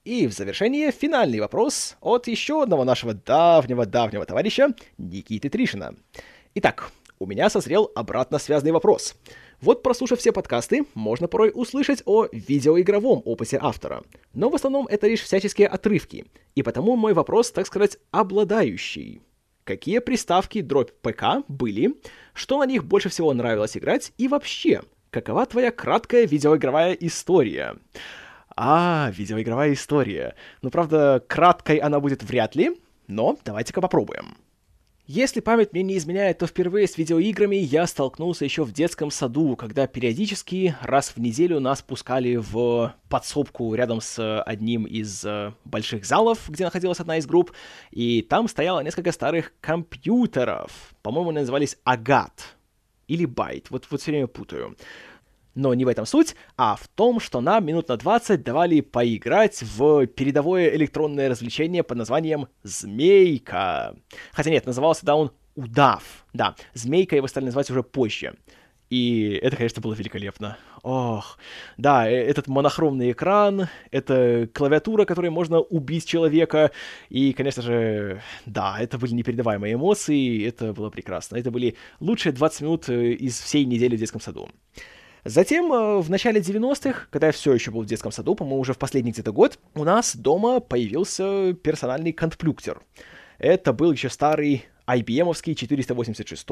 И в завершение финальный вопрос от еще одного нашего давнего-давнего товарища Никиты Тришина. Итак, у меня созрел обратно связанный вопрос. Вот, прослушав все подкасты, можно порой услышать о видеоигровом опыте автора. Но в основном это лишь всяческие отрывки. И потому мой вопрос, так сказать, обладающий. Какие приставки дробь ПК были, что на них больше всего нравилось играть и вообще, какова твоя краткая видеоигровая история? Видеоигровая история. Ну, правда, краткой она будет вряд ли, но давайте-ка попробуем. Если память мне не изменяет, то впервые с видеоиграми я столкнулся еще в детском саду, когда периодически раз в неделю нас пускали в подсобку рядом с одним из больших залов, где находилась одна из групп, и там стояло несколько старых компьютеров. По-моему, они назывались Агат или Байт, вот все время путаю. Но не в этом суть, а в том, что нам минут на 20 давали поиграть в передовое электронное развлечение под названием «Змейка». Хотя нет, назывался да он «Удав». Да, «Змейка» его стали называть уже позже. И это, конечно, было великолепно. Ох, да, этот монохромный экран, это клавиатура, которой можно убить человека, и, конечно же, да, это были непередаваемые эмоции, это было прекрасно. Это были лучшие 20 минут из всей недели в детском саду. Затем, в начале 90-х, когда я все еще был в детском саду, по-моему, уже в последний где-то год, у нас дома появился персональный контплюктер. Это был еще старый IBM-овский 486,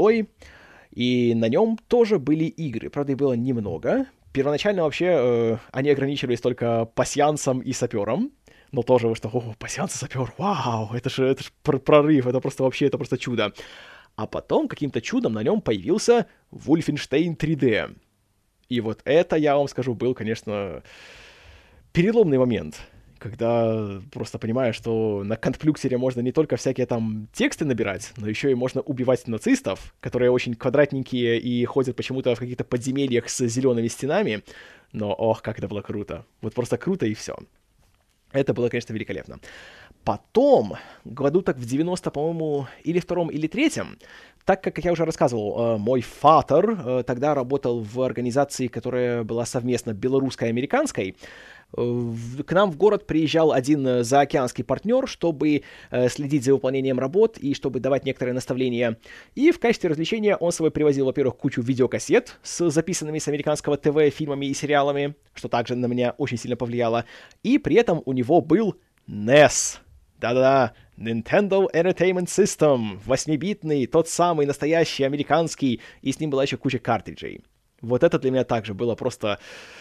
и на нем тоже были игры. Правда, их было немного. Первоначально вообще они ограничивались только пасьянсом и сапером. Но тоже, что, пасьянс и сапер, вау, это же прорыв, это просто вообще, это просто чудо. А потом каким-то чудом на нем появился Wolfenstein 3D. И вот это, я вам скажу, был, конечно, переломный момент, когда просто понимаешь, что на контплюктере можно не только всякие там тексты набирать, но еще и можно убивать нацистов, которые очень квадратненькие и ходят почему-то в каких-то подземельях с зелеными стенами. Но, ох, как это было круто. Вот просто круто и все. Это было, конечно, великолепно. Потом, году так в 90, по-моему, или втором, или третьем, так как я уже рассказывал, мой фатер тогда работал в организации, которая была совместно белорусской и американской. К нам в город приезжал один заокеанский партнер, чтобы следить за выполнением работ и чтобы давать некоторые наставления. И в качестве развлечения он с собой привозил, во-первых, кучу видеокассет с записанными с американского ТВ фильмами и сериалами, что также на меня очень сильно повлияло. И при этом у него был NES. Да-да-да, Nintendo Entertainment System, 8-битный, тот самый настоящий американский, и с ним была еще куча картриджей. Вот это для меня также было просто...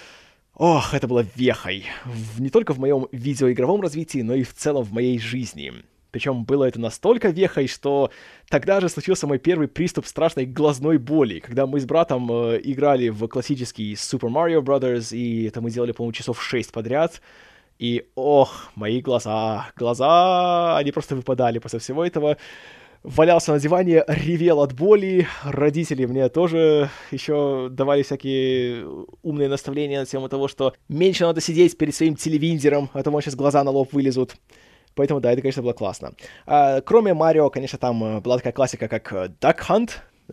Ох, это было вехой. Не только в моем видеоигровом развитии, но и в целом в моей жизни. Причем было это настолько вехой, что тогда же случился мой первый приступ страшной глазной боли, когда мы с братом играли в классический Super Mario Bros., и это мы делали, по-моему, часов 6 подряд. И, ох, мои глаза, они просто выпадали после всего этого. Валялся на диване, ревел от боли. Родители мне тоже еще давали всякие умные наставления на тему того, что меньше надо сидеть перед своим телевизором, а то, может, сейчас глаза на лоб вылезут. Поэтому, да, это, конечно, было классно. Кроме Марио, конечно, там была такая классика, как Duck Hunt,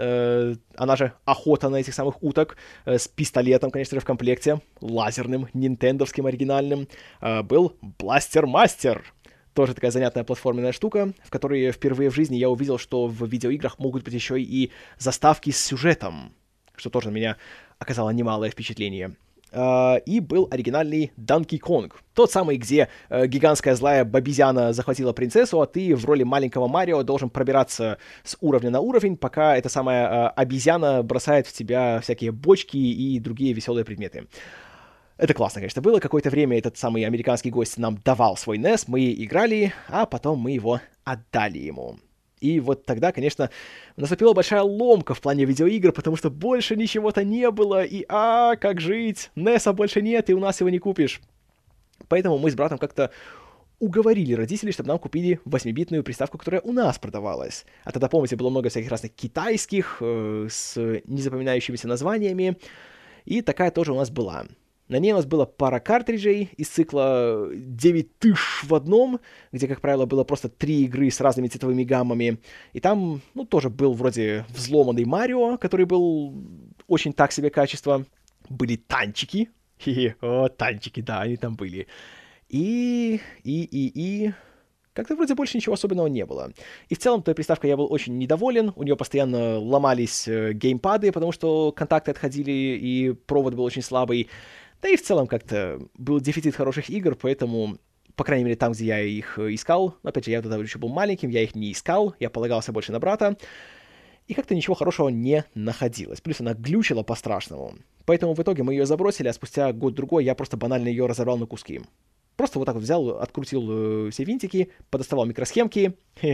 она же охота на этих самых уток, с пистолетом, конечно же, в комплекте, лазерным, нинтендовским, оригинальным. Был Бластер Мастер, тоже такая занятная платформенная штука, в которой впервые в жизни я увидел, что в видеоиграх могут быть еще и заставки с сюжетом, что тоже на меня оказало немалое впечатление. И был оригинальный Donkey Kong. Тот самый, где гигантская злая бабизяна захватила принцессу, а ты в роли маленького Марио должен пробираться с уровня на уровень, пока эта самая обезьяна бросает в тебя всякие бочки и другие веселые предметы. Это классно, конечно, было. Какое-то время этот самый американский гость нам давал свой NES, мы играли, а потом мы его отдали ему. И вот тогда, конечно, наступила большая ломка в плане видеоигр, потому что больше ничего-то не было, и как жить? NES больше нет, и у нас его не купишь. Поэтому мы с братом как-то уговорили родителей, чтобы нам купили 8-битную приставку, которая у нас продавалась. А тогда, помните, было много всяких разных китайских, с незапоминающимися названиями, и такая тоже у нас была. На ней у нас было пара картриджей из цикла 9 тысяч в одном, где, как правило, было просто 3 игры с разными цветовыми гаммами. И там, тоже был вроде взломанный Марио, который был очень так себе качество. Были танчики. Танчики, да, они там были. И... Как-то вроде больше ничего особенного не было. И в целом той приставкой я был очень недоволен. У нее постоянно ломались геймпады, потому что контакты отходили, и провод был очень слабый. Да и в целом как-то был дефицит хороших игр, поэтому, по крайней мере, там, где я их искал, но опять же, я тогда еще был маленьким, я их не искал, я полагался больше на брата, и как-то ничего хорошего не находилось. Плюс она глючила по-страшному. Поэтому в итоге мы ее забросили, а спустя год-другой я просто банально ее разорвал на куски. Просто вот так вот взял, открутил все винтики, подоставал микросхемки,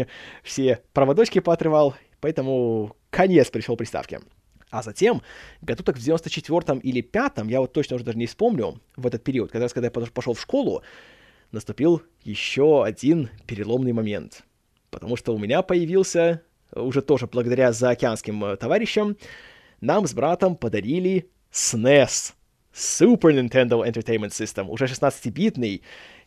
все проводочки поотрывал, поэтому конец пришел приставке. А затем, году так в 94-м или 5-м, я вот точно уже даже не вспомню, в этот период, когда я пошел в школу, наступил еще один переломный момент. Потому что у меня появился, уже тоже благодаря заокеанским товарищам, нам с братом подарили SNES. Super Nintendo Entertainment System, уже 16-битный,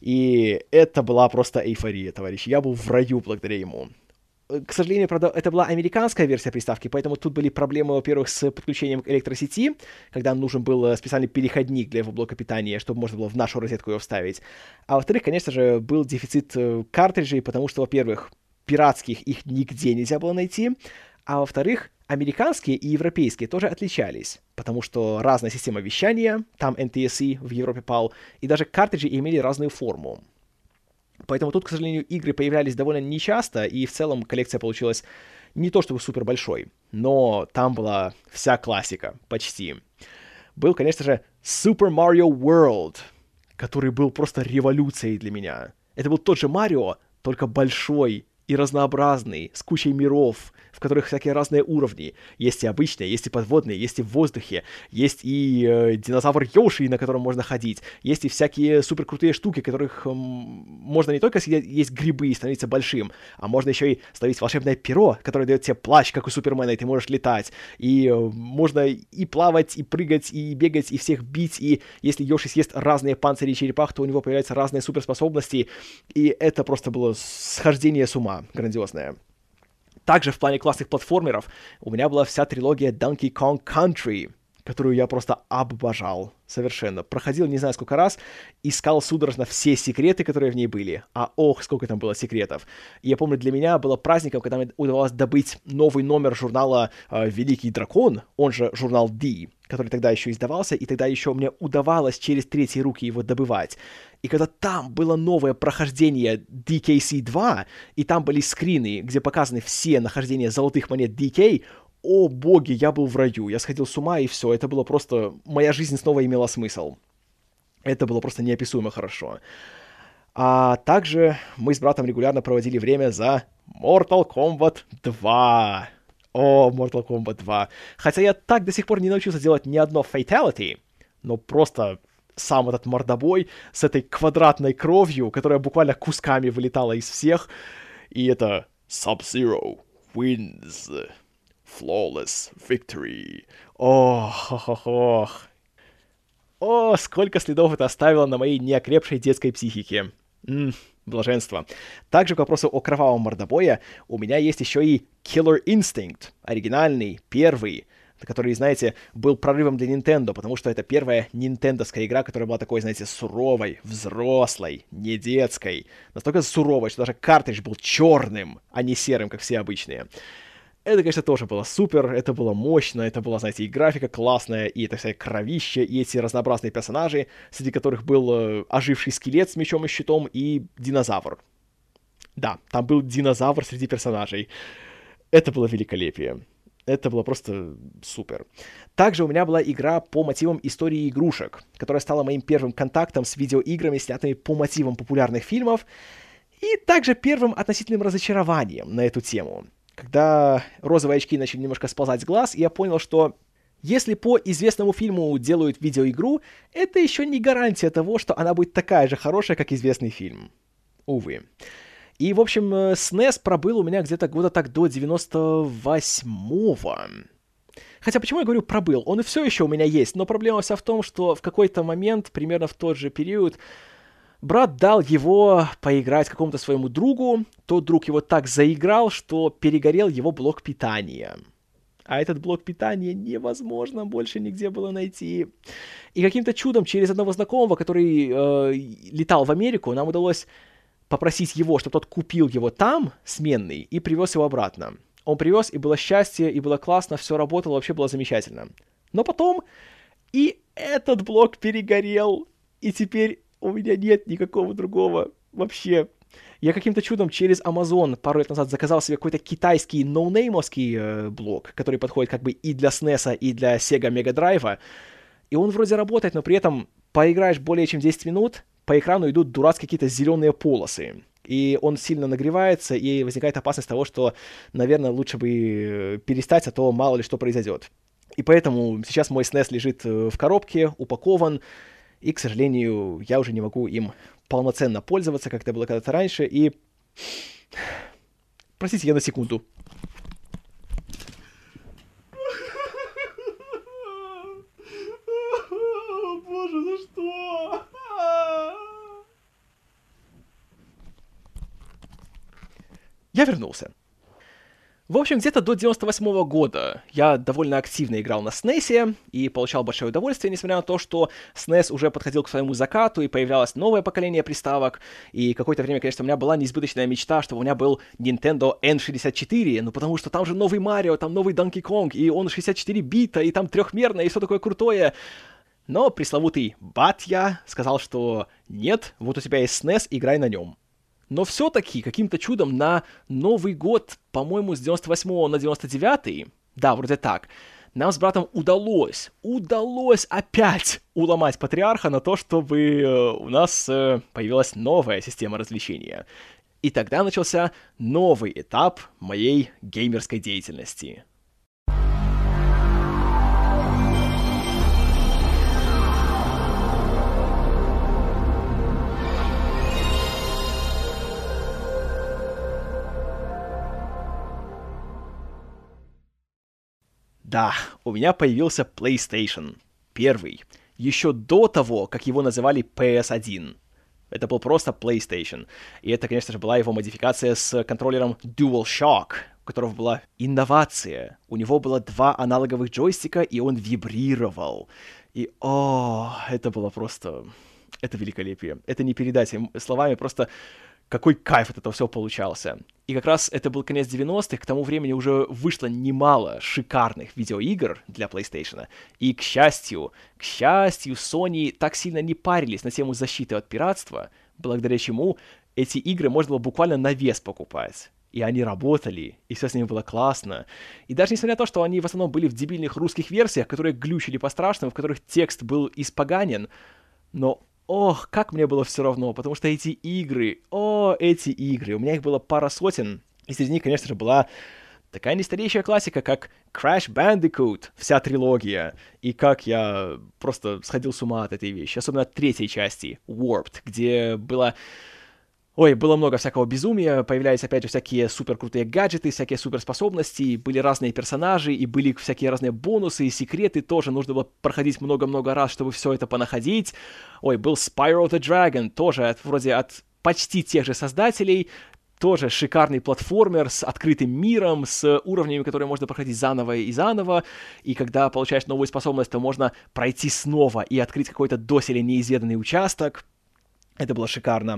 и это была просто эйфория, товарищи. Я был в раю благодаря ему. К сожалению, правда, это была американская версия приставки, поэтому тут были проблемы, во-первых, с подключением к электросети, когда нужен был специальный переходник для его блока питания, чтобы можно было в нашу розетку его вставить. А во-вторых, конечно же, был дефицит картриджей, потому что, во-первых, пиратских их нигде нельзя было найти, а во-вторых, американские и европейские тоже отличались, потому что разная система вещания, там NTSC в Европе PAL, и даже картриджи имели разную форму. Поэтому тут, к сожалению, игры появлялись довольно нечасто, и в целом коллекция получилась не то чтобы супер большой, но там была вся классика, почти. Был, конечно же, Super Mario World, который был просто революцией для меня. Это был тот же Марио, только большой и разнообразный, с кучей миров, в которых всякие разные уровни. Есть и обычные, есть и подводные, есть и в воздухе, есть и динозавр Йоши, на котором можно ходить, есть и всякие суперкрутые штуки, которых можно не только есть грибы и становиться большим, а можно еще и ставить волшебное перо, которое дает тебе плащ, как у Супермена, и ты можешь летать. И можно и плавать, и прыгать, и бегать, и всех бить, и если Йоши съест разные панцири и черепах, то у него появляются разные суперспособности, и это просто было схождение с ума грандиозное. Также в плане классных платформеров у меня была вся трилогия Donkey Kong Country, которую я просто обожал совершенно. Проходил не знаю сколько раз, искал судорожно все секреты, которые в ней были. А ох, сколько там было секретов. И я помню, для меня было праздником, когда мне удавалось добыть новый номер журнала «Великий дракон», он же журнал D, который тогда еще издавался, и тогда еще мне удавалось через третьи руки его добывать. И когда там было новое прохождение DKC2, и там были скрины, где показаны все нахождения золотых монет DK, о боги, я был в раю, я сходил с ума, и все, это было просто... Моя жизнь снова имела смысл. Это было просто неописуемо хорошо. А также мы с братом регулярно проводили время за Mortal Kombat 2. О, Mortal Kombat 2. Хотя я так до сих пор не научился делать ни одно fatality, но просто сам этот мордобой с этой квадратной кровью, которая буквально кусками вылетала из всех, и это Sub-Zero wins. Flawless victory. Ох. О, сколько следов это оставило на моей неокрепшей детской психике. Блаженство. Также к вопросу о кровавом мордобое у меня есть еще и Killer Instinct, оригинальный, первый, который, знаете, был прорывом для Nintendo, потому что это первая нинтендовская игра, которая была такой, знаете, суровой, взрослой, не детской. Настолько суровой, что даже картридж был черным, а не серым, как все обычные. Это, конечно, тоже было супер, это было мощно, это была, знаете, и графика классная, и это вся кровище, и эти разнообразные персонажи, среди которых был оживший скелет с мечом и щитом и динозавр. Да, там был динозавр среди персонажей. Это было великолепие. Это было просто супер. Также у меня была игра по мотивам истории игрушек, которая стала моим первым контактом с видеоиграми, снятыми по мотивам популярных фильмов, и также первым относительным разочарованием на эту тему. Когда розовые очки начали немножко сползать с глаз, я понял, что если по известному фильму делают видеоигру, это еще не гарантия того, что она будет такая же хорошая, как известный фильм. Увы. И, в общем, SNES пробыл у меня где-то года так до 98-го. Хотя почему я говорю пробыл? Он и все еще у меня есть, но проблема вся в том, что в какой-то момент, примерно в тот же период, брат дал его поиграть какому-то своему другу, тот друг его так заиграл, что перегорел его блок питания. а этот блок питания невозможно больше нигде было найти. И каким-то чудом через одного знакомого, который летал в Америку, нам удалось попросить его, чтобы тот купил его там, сменный, и привез его обратно. Он привез, и было счастье, и было классно, все работало, вообще было замечательно. Но потом и этот блок перегорел, и теперь у меня нет никакого другого вообще. Я каким-то чудом через Amazon пару лет назад заказал себе какой-то китайский ноунеймовский блок, который подходит как бы и для SNES, и для Sega Mega Drive. И он вроде работает, но при этом поиграешь более чем 10 минут, по экрану идут дурацкие какие-то зеленые полосы. И он сильно нагревается, и возникает опасность того, что, наверное, лучше бы перестать, а то мало ли что произойдет. И поэтому сейчас мой SNES лежит в коробке, упакован, и, к сожалению, я уже не могу им полноценно пользоваться, как это было когда-то раньше, и... Простите, я на секунду. Боже, за что? Я вернулся. В общем, где-то до 98 года я довольно активно играл на SNES и получал большое удовольствие, несмотря на то, что SNES уже подходил к своему закату, и появлялось новое поколение приставок, и какое-то время, конечно, у меня была неизбыточная мечта, чтобы у меня был Nintendo N64, ну потому что там же новый Марио, там новый Donkey Kong, и он 64 бита, и там трехмерное, и все такое крутое. Но пресловутый батя сказал, что нет, вот у тебя есть SNES, играй на нем. Но все-таки каким-то чудом на Новый год, по-моему, с 98 на 99, да, вроде так, нам с братом удалось опять уломать патриарха на то, чтобы у нас появилась новая система развлечения. И тогда начался новый этап моей геймерской деятельности. Да, у меня появился PlayStation. Первый. Еще до того, как его называли PS1. Это был просто PlayStation. И это, конечно же, была его модификация с контроллером DualShock, у которого была инновация. У него было 2 аналоговых джойстика, и он вибрировал. И, это было просто... Это великолепие. Это не передать словами, просто... Какой кайф от этого всего получался. И как раз это был конец 90-х, к тому времени уже вышло немало шикарных видеоигр для PlayStation. И, к счастью, Sony так сильно не парились на тему защиты от пиратства, благодаря чему эти игры можно было буквально на вес покупать. И они работали, и все с ними было классно. И даже несмотря на то, что они в основном были в дебильных русских версиях, которые глючили по-страшному, в которых текст был испоганен, но... Ох, как мне было все равно, потому что эти игры, у меня их было пара сотен, и среди них, конечно же, была такая нестареющая классика, как Crash Bandicoot, вся трилогия, и как я просто сходил с ума от этой вещи, особенно от 3-й части, Warped, где было много всякого безумия, появлялись, опять же, всякие суперкрутые гаджеты, всякие суперспособности, были разные персонажи, и были всякие разные бонусы и секреты, тоже нужно было проходить много-много раз, чтобы все это понаходить. Был Spyro the Dragon, тоже вроде от почти тех же создателей, тоже шикарный платформер с открытым миром, с уровнями, которые можно проходить заново и заново, и когда получаешь новую способность, то можно пройти снова и открыть какой-то доселе неизведанный участок. Это было шикарно.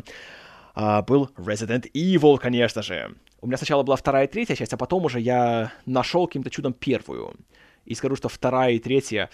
Был Resident Evil, конечно же. У меня сначала была 2-я и 3-я часть, а потом уже я нашел каким-то чудом 1-ю. И скажу, что 2-я и 3-я...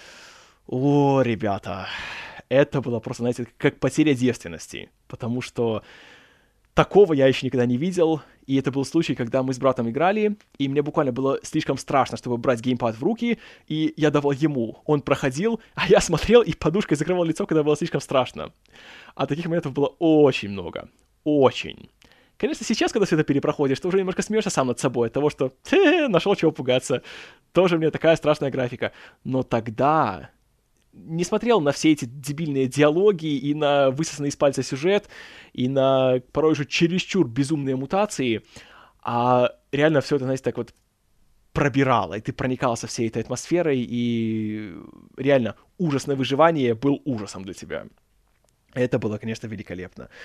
ребята, это было просто, знаете, как потеря девственности. Потому что такого я еще никогда не видел. И это был случай, когда мы с братом играли, и мне буквально было слишком страшно, чтобы брать геймпад в руки, и я давал ему. Он проходил, а я смотрел и подушкой закрывал лицо, когда было слишком страшно. А таких моментов было очень много. Очень. Конечно, сейчас, когда все это перепроходишь, ты уже немножко смеешься сам над собой от того, что нашел чего пугаться. Тоже мне такая страшная графика. Но тогда не смотрел на все эти дебильные диалоги и на высосанный из пальца сюжет, и на порой уже чересчур безумные мутации, а реально все это, знаете, так вот пробирало, и ты проникался всей этой атмосферой, и реально ужас на выживание был ужасом для тебя. Это было, конечно, великолепно.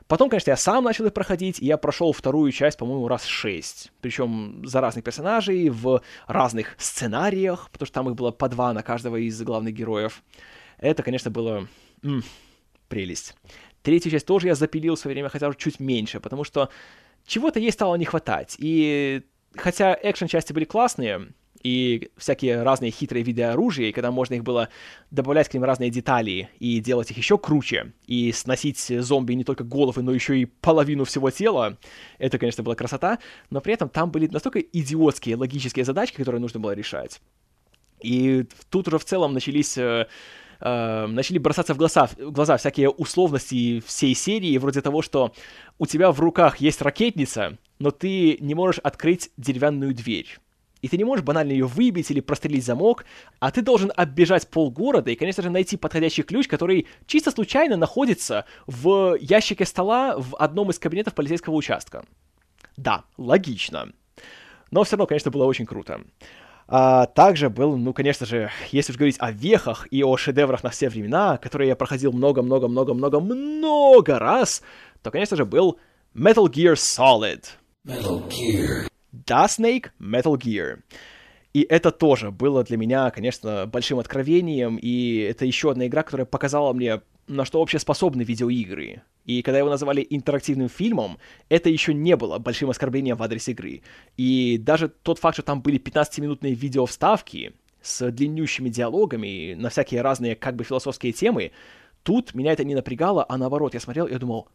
Потом, конечно, я сам начал их проходить, и я прошел вторую часть, по-моему, раз 6. Причем за разных персонажей, в разных сценариях, потому что там их было по 2 на каждого из главных героев. Это, конечно, было прелесть. Третью часть тоже я запилил в свое время, хотя уже чуть меньше, потому что чего-то ей стало не хватать. И хотя экшен-части были классные, и всякие разные хитрые виды оружия, и когда можно их было добавлять к ним разные детали и делать их еще круче, и сносить зомби не только головы, но еще и половину всего тела, это, конечно, была красота, но при этом там были настолько идиотские логические задачки, которые нужно было решать. И тут уже в целом начали бросаться в глаза всякие условности всей серии, вроде того, что у тебя в руках есть ракетница, но ты не можешь открыть деревянную дверь. И ты не можешь банально ее выбить или прострелить замок, а ты должен оббежать полгорода и, конечно же, найти подходящий ключ, который чисто случайно находится в ящике стола в одном из кабинетов полицейского участка. Да, логично. Но все равно, конечно, было очень круто. Также был, ну, конечно же, если уж говорить о вехах и о шедеврах на все времена, которые я проходил много-много-много-много-много раз, то, конечно же, был Metal Gear Solid. Metal Gear. Да, Snake, Metal Gear. И это тоже было для меня, конечно, большим откровением, и это еще одна игра, которая показала мне, на что вообще способны видеоигры. И когда его называли интерактивным фильмом, это еще не было большим оскорблением в адрес игры. И даже тот факт, что там были 15-минутные видеовставки с длиннющими диалогами на всякие разные как бы философские темы, тут меня это не напрягало, а наоборот, я смотрел и думал,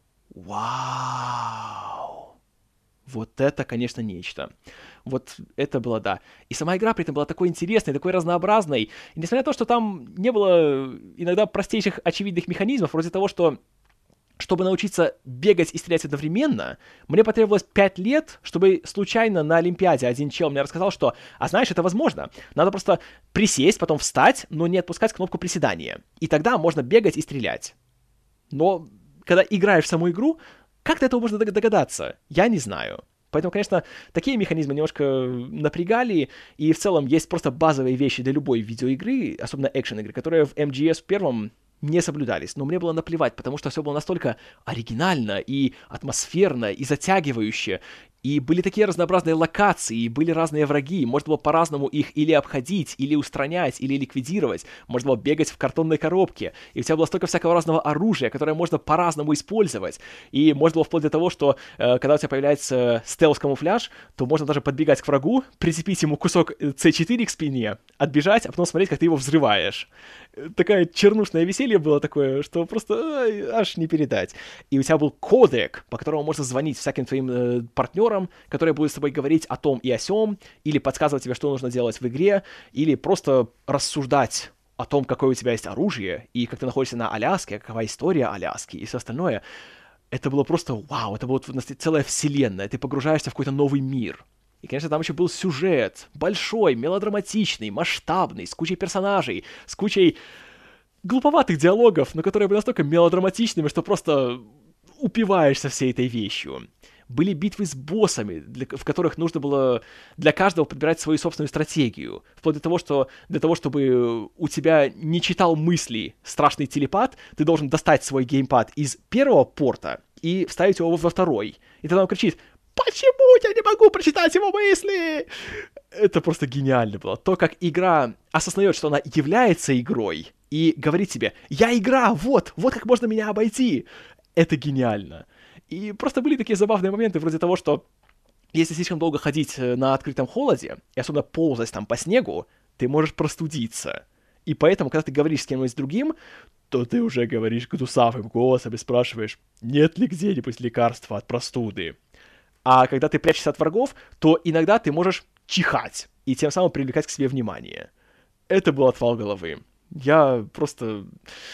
вау! Вот это, конечно, нечто. Вот это было, да. И сама игра при этом была такой интересной, такой разнообразной. И несмотря на то, что там не было иногда простейших очевидных механизмов, вроде того, что чтобы научиться бегать и стрелять одновременно, мне потребовалось 5 лет, чтобы случайно на Олимпиаде один чел мне рассказал, что, а знаешь, это возможно. Надо просто присесть, потом встать, но не отпускать кнопку приседания. И тогда можно бегать и стрелять. Но когда играешь в саму игру, как до этого можно догадаться? Я не знаю. Поэтому, конечно, такие механизмы немножко напрягали, и в целом есть просто базовые вещи для любой видеоигры, особенно экшен-игры, которые в MGS первом не соблюдались. Но мне было наплевать, потому что все было настолько оригинально и атмосферно, и затягивающе, и были такие разнообразные локации, и были разные враги, можно было по-разному их или обходить, или устранять, или ликвидировать, можно было бегать в картонной коробке, и у тебя было столько всякого разного оружия, которое можно по-разному использовать, и можно было вплоть до того, что когда у тебя появляется стелс-камуфляж, то можно даже подбегать к врагу, прицепить ему кусок C4 к спине, отбежать, а потом смотреть, как ты его взрываешь. Такое чернушное веселье было такое, что просто аж не передать. И у тебя был кодек, по которому можно звонить всяким твоим партнерам, которые будут с тобой говорить о том и о сём, или подсказывать тебе, что нужно делать в игре, или просто рассуждать о том, какое у тебя есть оружие, и как ты находишься на Аляске, какова история Аляски, и все остальное. Это было просто вау, это была целая вселенная, ты погружаешься в какой-то новый мир. И, конечно, там еще был сюжет, большой, мелодраматичный, масштабный, с кучей персонажей, с кучей глуповатых диалогов, но которые были настолько мелодраматичными, что просто упиваешься всей этой вещью. Были битвы с боссами, в которых нужно было для каждого подбирать свою собственную стратегию. Вплоть до того, что для того, чтобы у тебя не читал мысли страшный телепат, ты должен достать свой геймпад из первого порта и вставить его во второй. И тогда он кричит: «Почему я не могу прочитать его мысли?» Это просто гениально было. То, как игра осознает, что она является игрой, и говорит тебе: «Я игра, вот как можно меня обойти». Это гениально. И просто были такие забавные моменты, вроде того, что если слишком долго ходить на открытом холоде, и особенно ползать там по снегу, ты можешь простудиться. И поэтому, когда ты говоришь с кем-нибудь другим, то ты уже говоришь гнусавым голосом и спрашиваешь, нет ли где-нибудь лекарства от простуды. А когда ты прячешься от врагов, то иногда ты можешь чихать и тем самым привлекать к себе внимание. Это был отвал головы. Я просто...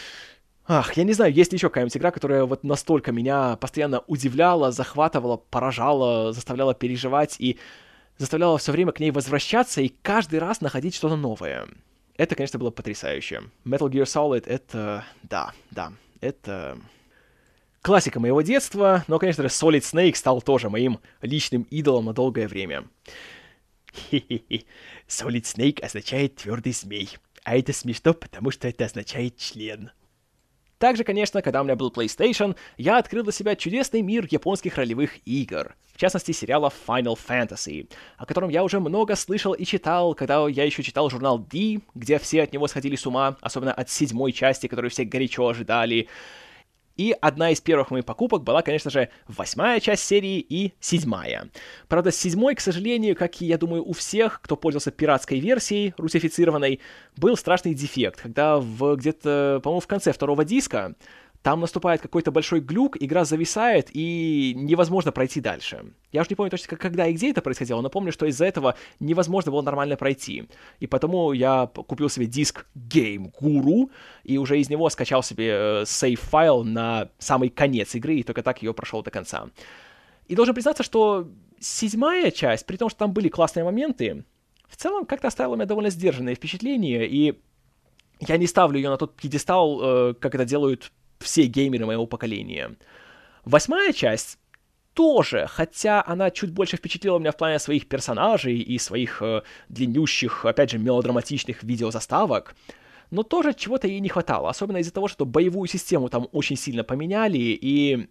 я не знаю, есть ли еще какая-нибудь игра, которая вот настолько меня постоянно удивляла, захватывала, поражала, заставляла переживать и заставляла все время к ней возвращаться и каждый раз находить что-то новое. Это, конечно, было потрясающе. Metal Gear Solid — это... Да, это... классика моего детства, но, конечно же, Solid Snake стал тоже моим личным идолом на долгое время. Хе-хе-хе. Solid Snake означает твердый змей. А это смешно, потому что это означает член. Также, конечно, когда у меня был PlayStation, я открыл для себя чудесный мир японских ролевых игр. В частности, сериала Final Fantasy, о котором я уже много слышал и читал, когда я еще читал журнал D, где все от него сходили с ума, особенно от 7-й части, которую все горячо ожидали. И одна из первых моих покупок была, конечно же, 8-я часть серии и 7-я. Правда, с 7-й, к сожалению, как и, я думаю, у всех, кто пользовался пиратской версией, русифицированной, был страшный дефект, когда где-то, по-моему, в конце второго диска там наступает какой-то большой глюк, игра зависает, и невозможно пройти дальше. Я уже не помню точно, когда и где это происходило, но помню, что из-за этого невозможно было нормально пройти. И потому я купил себе диск Game Guru, и уже из него скачал себе сейв-файл на самый конец игры, и только так ее прошел до конца. И должен признаться, что 7-я часть, при том, что там были классные моменты, в целом как-то оставила у меня довольно сдержанные впечатления, и я не ставлю ее на тот пьедестал, как это делают все геймеры моего поколения. 8-я часть тоже, хотя она чуть больше впечатлила меня в плане своих персонажей и своих длиннющих, опять же, мелодраматичных видеозаставок, но тоже чего-то ей не хватало, особенно из-за того, что боевую систему там очень сильно поменяли, и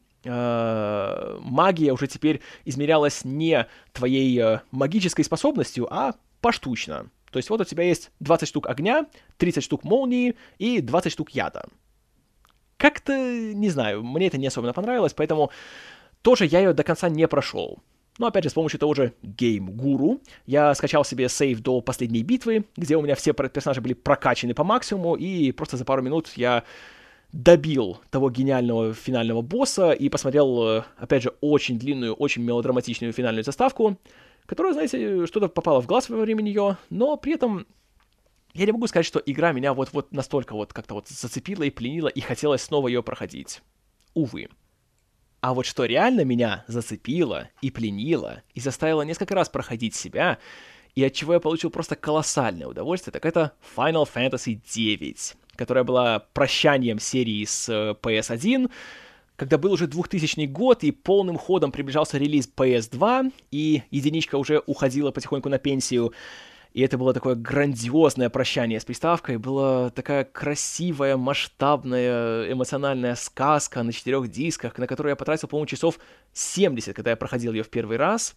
магия уже теперь измерялась не твоей магической способностью, а поштучно. То есть вот у тебя есть 20 штук огня, 30 штук молнии и 20 штук яда. Как-то, не знаю, мне это не особенно понравилось, поэтому тоже я ее до конца не прошел. Но опять же, с помощью того же Game Guru я скачал себе сейв до последней битвы, где у меня все персонажи были прокачаны по максимуму, и просто за пару минут я добил того гениального финального босса и посмотрел, опять же, очень длинную, очень мелодраматичную финальную заставку, которая, знаете, что-то попало в глаз во время нее, но при этом я не могу сказать, что игра меня вот настолько вот как-то вот зацепила и пленила, и хотелось снова ее проходить. Увы. А вот что реально меня зацепило и пленило, и заставило несколько раз проходить себя, и от чего я получил просто колоссальное удовольствие, так это Final Fantasy IX, которая была прощанием серии с PS1, когда был уже 2000 год, и полным ходом приближался релиз PS2, и единичка уже уходила потихоньку на пенсию. И это было такое грандиозное прощание с приставкой, была такая красивая, масштабная, эмоциональная сказка на 4 дисках, на которую я потратил, по-моему, часов 70, когда я проходил ее в первый раз.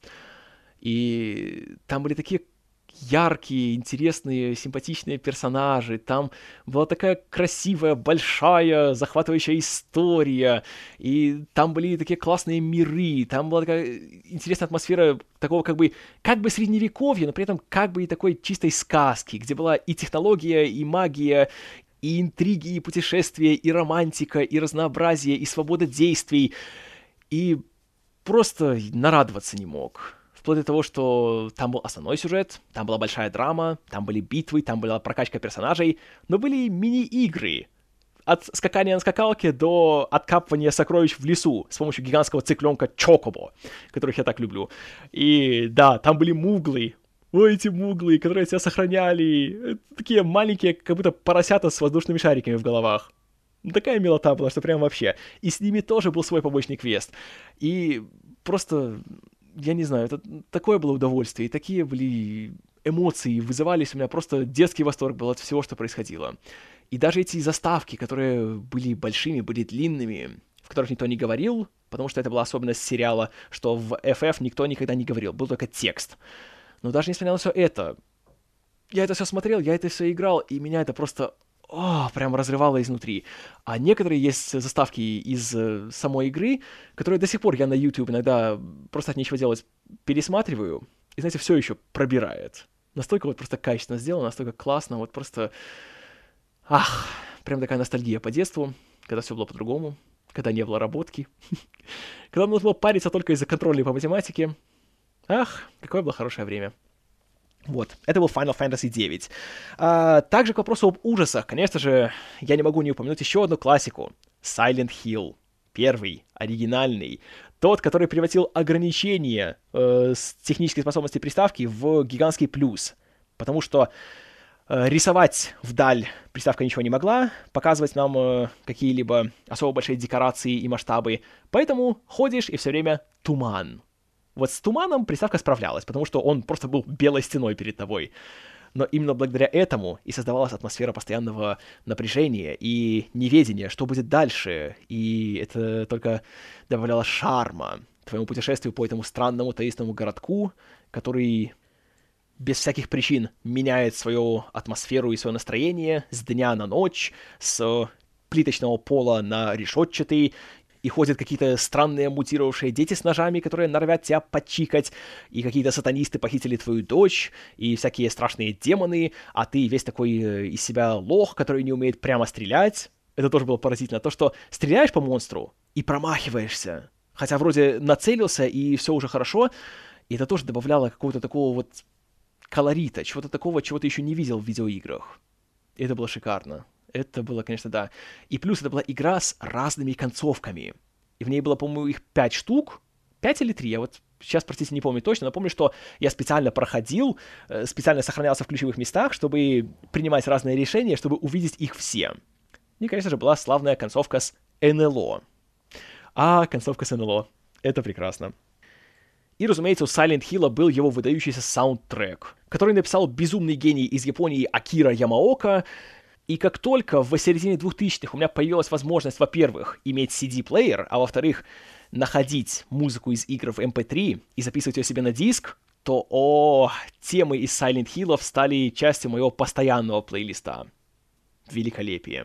И там были такие яркие, интересные, симпатичные персонажи, там была такая красивая, большая, захватывающая история, и там были такие классные миры, там была такая интересная атмосфера такого как бы средневековья, но при этом как бы и такой чистой сказки, где была и технология, и магия, и интриги, и путешествия, и романтика, и разнообразие, и свобода действий, и просто нарадоваться не мог. Вплоть до того, что там был основной сюжет, там была большая драма, там были битвы, там была прокачка персонажей, но были мини-игры. От скакания на скакалке до откапывания сокровищ в лесу с помощью гигантского цыпленка Чокобо, которых я так люблю. И да, там были муглы. Ой, эти муглы, которые тебя сохраняли. Такие маленькие, как будто поросята с воздушными шариками в головах. Такая милота была, что прям вообще. И с ними тоже был свой побочный квест. И просто... Я не знаю, это такое было удовольствие, и такие были эмоции, вызывались у меня просто детский восторг был от всего, что происходило. И даже эти заставки, которые были большими, были длинными, в которых никто не говорил, потому что это была особенность сериала, что в FF никто никогда не говорил, был только текст. Но даже несмотря на все это, я это все смотрел, я это все играл, и меня это просто... прям разрывало изнутри. А некоторые есть заставки из самой игры, которые до сих пор я на YouTube иногда просто от нечего делать пересматриваю, и, знаете, все еще пробирает. Настолько вот просто качественно сделано, настолько классно, вот просто... прям такая ностальгия по детству, когда все было по-другому, когда не было работки, когда нужно было париться только из-за контроля по математике. Какое было хорошее время. Вот, это был Final Fantasy IX. Также к вопросу об ужасах, конечно же, я не могу не упомянуть еще одну классику. Silent Hill. Первый, оригинальный. Тот, который превратил ограничения с технической способности приставки в гигантский плюс. Потому что рисовать вдаль приставка ничего не могла, показывать нам какие-либо особо большие декорации и масштабы. Поэтому ходишь и все время туман. Вот с туманом приставка справлялась, потому что он просто был белой стеной перед тобой. но именно благодаря этому и создавалась атмосфера постоянного напряжения и неведения, что будет дальше, и это только добавляло шарма твоему путешествию по этому странному таинственному городку, который без всяких причин меняет свою атмосферу и свое настроение с дня на ночь, с плиточного пола на решетчатый, и ходят какие-то странные мутировавшие дети с ножами, которые норовят тебя подчикать, и какие-то сатанисты похитили твою дочь, и всякие страшные демоны, а ты весь такой из себя лох, который не умеет прямо стрелять. Это тоже было поразительно. То, что стреляешь по монстру и промахиваешься, хотя вроде нацелился, и все уже хорошо, и это тоже добавляло какого-то такого вот колорита, чего-то такого, чего ты еще не видел в видеоиграх. И это было шикарно. Это было, конечно, да. И плюс это была игра с разными концовками. И в ней было, по-моему, их 5 штук. 5 или 3, я вот сейчас, простите, не помню точно, но помню, что я специально проходил, специально сохранялся в ключевых местах, чтобы принимать разные решения, чтобы увидеть их все. И, конечно же, была славная концовка с НЛО. Концовка с НЛО. Это прекрасно. И, разумеется, у Silent Hill был его выдающийся саундтрек, который написал безумный гений из Японии Акира Ямаока. И как только в середине 2000-х у меня появилась возможность, во-первых, иметь CD-плеер, а во-вторых, находить музыку из игр в MP3 и записывать ее себе на диск, то, темы из Silent Hill стали частью моего постоянного плейлиста. Великолепие.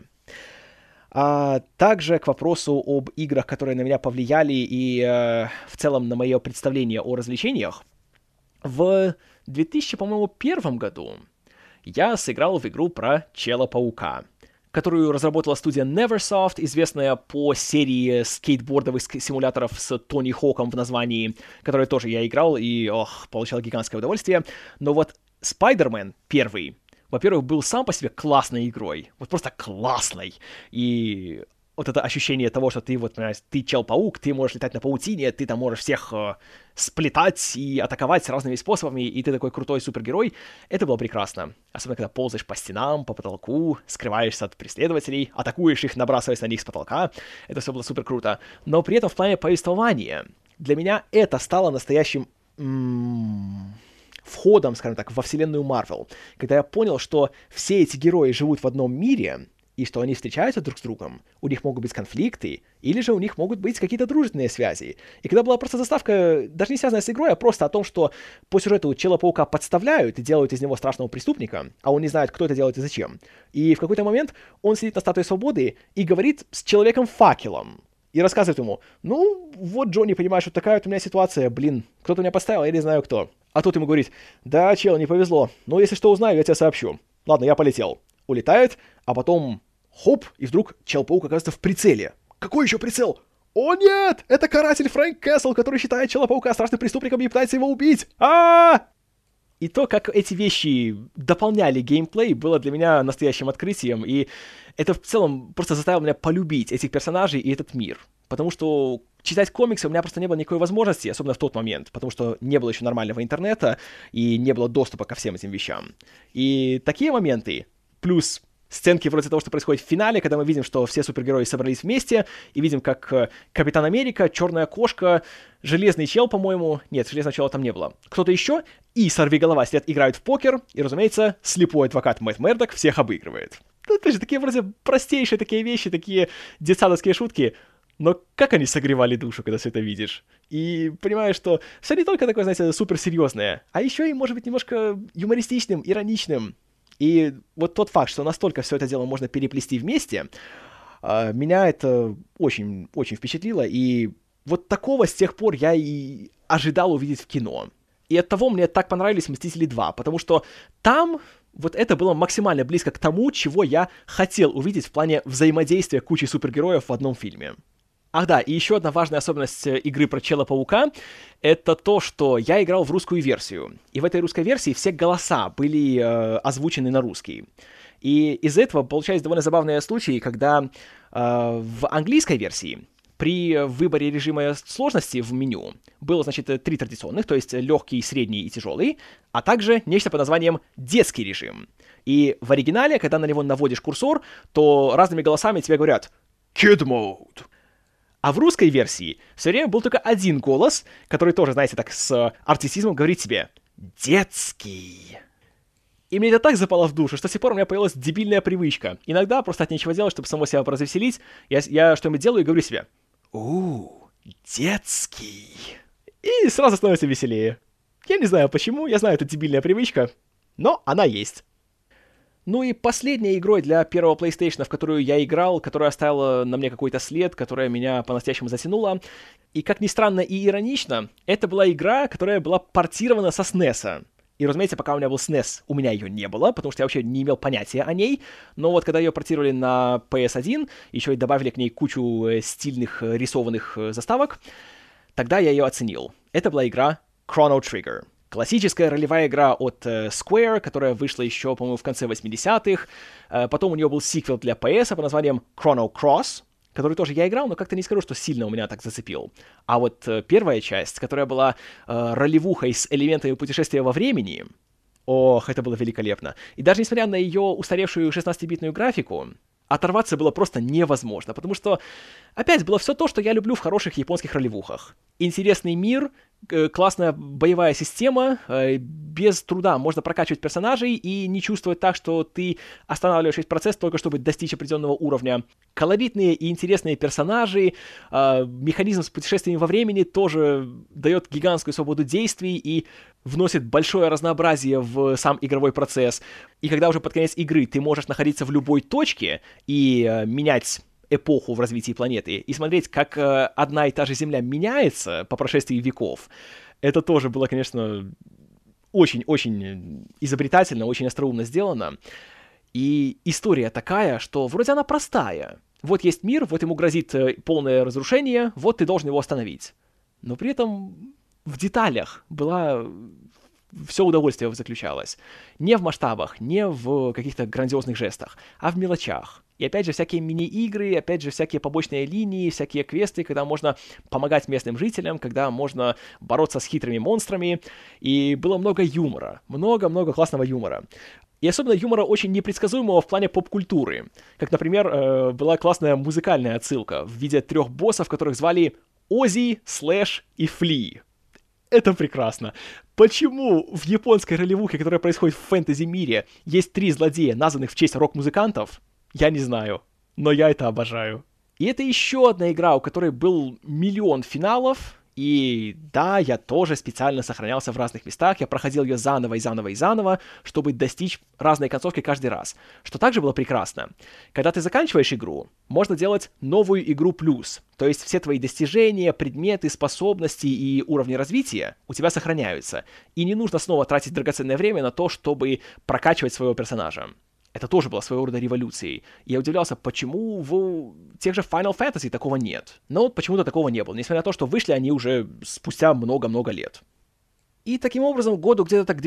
А также к вопросу об играх, которые на меня повлияли и в целом на мое представление о развлечениях. В 2001 году я сыграл в игру про Чела-паука, которую разработала студия Neversoft, известная по серии скейтбордовых симуляторов с Тони Хоком в названии, которую тоже я играл и, получал гигантское удовольствие. Но вот Spider-Man первый, во-первых, был сам по себе классной игрой, вот просто классной, и вот это ощущение того, что ты, вот, понимаешь, ты Чел-паук, ты можешь летать на паутине, ты там можешь всех сплетать и атаковать разными способами, и ты такой крутой супергерой, это было прекрасно. Особенно, когда ползаешь по стенам, по потолку, скрываешься от преследователей, атакуешь их, набрасываясь на них с потолка, это все было супер круто. Но при этом в плане повествования для меня это стало настоящим входом, скажем так, во вселенную Марвел, когда я понял, что все эти герои живут в одном мире, и что они встречаются друг с другом, у них могут быть конфликты, или же у них могут быть какие-то дружественные связи. И когда была просто заставка, даже не связанная с игрой, а просто о том, что по сюжету Чела-паука подставляют и делают из него страшного преступника, а он не знает, кто это делает и зачем. И в какой-то момент он сидит на статуе свободы и говорит с Человеком-факелом. И рассказывает ему, вот, Джонни, понимаешь, вот такая вот у меня ситуация, кто-то меня поставил, я не знаю кто. А тот ему говорит, да, чел, не повезло, но если что узнаю, я тебе сообщу. Ладно, я полетел. Улетает, а потом хоп, и вдруг Чел-паук оказывается в прицеле. Какой еще прицел? О нет, это каратель Фрэнк Кэссел, который считает Чела-паука страшным преступником и пытается его убить. И то, как эти вещи дополняли геймплей, было для меня настоящим открытием, и это в целом просто заставило меня полюбить этих персонажей и этот мир. Потому что читать комиксы у меня просто не было никакой возможности, особенно в тот момент, потому что не было еще нормального интернета и не было доступа ко всем этим вещам. И такие моменты, плюс сценки вроде того, что происходит в финале, когда мы видим, что все супергерои собрались вместе, и видим, как Капитан Америка, Черная Кошка, Железный Чел, по-моему... Нет, Железного Чела там не было. Кто-то еще, и Сорвиголова сидят, играют в покер, и, разумеется, слепой адвокат Мэтт Мердок всех обыгрывает. Это же такие вроде простейшие такие вещи, такие детсадовские шутки, но как они согревали душу, когда все это видишь. И понимаешь, что все не только такое, знаете, суперсерьезное, а еще и, может быть, немножко юмористичным, ироничным. И вот тот факт, что настолько все это дело можно переплести вместе, меня это очень, очень впечатлило. И вот такого с тех пор я и ожидал увидеть в кино. И оттого мне так понравились «Мстители 2», потому что там вот это было максимально близко к тому, чего я хотел увидеть в плане взаимодействия кучи супергероев в одном фильме. Ах да, и еще одна важная особенность игры про Чела-паука — это то, что я играл в русскую версию. И в этой русской версии все голоса были озвучены на русский. И из-за этого получались довольно забавные случаи, когда в английской версии при выборе режима сложности в меню было, значит, 3 традиционных, то есть легкий, средний и тяжелый, а также нечто под названием детский режим. И в оригинале, когда на него наводишь курсор, то разными голосами тебе говорят «Kid Mode». А в русской версии все время был только один голос, который тоже, знаете, так с артистизмом говорит тебе «детский». И мне это так запало в душу, что с тех пор у меня появилась дебильная привычка. Иногда просто от нечего делать, чтобы самого себя поразвеселить, я что-нибудь делаю и говорю себе: детский. И сразу становится веселее. Я не знаю почему, я знаю, это дебильная привычка, но она есть. Ну и последней игрой для первого PlayStation, в которую я играл, которая оставила на мне какой-то след, которая меня по-настоящему затянула, и, как ни странно и иронично, это была игра, которая была портирована со SNES. И, разумеется, пока у меня был SNES, у меня ее не было, потому что я вообще не имел понятия о ней. Но вот когда ее портировали на PS1, еще и добавили к ней кучу стильных рисованных заставок, тогда я ее оценил. Это была игра Chrono Trigger. Классическая ролевая игра от Square, которая вышла еще, по-моему, в конце 80-х. Потом у нее был сиквел для PS под названием Chrono Cross, который тоже я играл, но как-то не скажу, что сильно у меня так зацепил. А вот первая часть, которая была ролевухой с элементами путешествия во времени, ох, это было великолепно. И даже несмотря на ее устаревшую 16-битную графику, оторваться было просто невозможно, потому что, опять, было все то, что я люблю в хороших японских ролевухах. Интересный мир, классная боевая система, без труда можно прокачивать персонажей и не чувствовать так, что ты останавливаешь весь процесс только чтобы достичь определенного уровня. Колоритные и интересные персонажи, механизм с путешествиями во времени тоже дает гигантскую свободу действий и вносит большое разнообразие в сам игровой процесс. И когда уже под конец игры ты можешь находиться в любой точке и менять эпоху в развитии планеты, и смотреть, как одна и та же Земля меняется по прошествии веков, это тоже было, конечно, очень-очень изобретательно, очень остроумно сделано. И история такая, что вроде она простая. Вот есть мир, вот ему грозит полное разрушение, вот ты должен его остановить. Но при этом в деталях все удовольствие заключалось. Не в масштабах, не в каких-то грандиозных жестах, а в мелочах. И опять же, всякие мини-игры, опять же, всякие побочные линии, всякие квесты, когда можно помогать местным жителям, когда можно бороться с хитрыми монстрами. И было много юмора, много-много классного юмора. И особенно юмора очень непредсказуемого в плане поп-культуры. Как, например, была классная музыкальная отсылка в виде 3 боссов, которых звали Оззи, Слэш и Фли. Это прекрасно. Почему в японской ролевухе, которая происходит в фэнтези-мире, есть 3 злодея, названных в честь рок-музыкантов? Я не знаю, но я это обожаю. И это еще одна игра, у которой был миллион финалов, и да, я тоже специально сохранялся в разных местах, я проходил ее заново и заново и заново, чтобы достичь разной концовки каждый раз. Что также было прекрасно. Когда ты заканчиваешь игру, можно делать новую игру плюс, то есть все твои достижения, предметы, способности и уровни развития у тебя сохраняются, и не нужно снова тратить драгоценное время на то, чтобы прокачивать своего персонажа. Это тоже было своего рода революцией. И я удивлялся, почему в тех же Final Fantasy такого нет. Но вот почему-то такого не было, несмотря на то, что вышли они уже спустя много-много лет. И таким образом, году где-то так к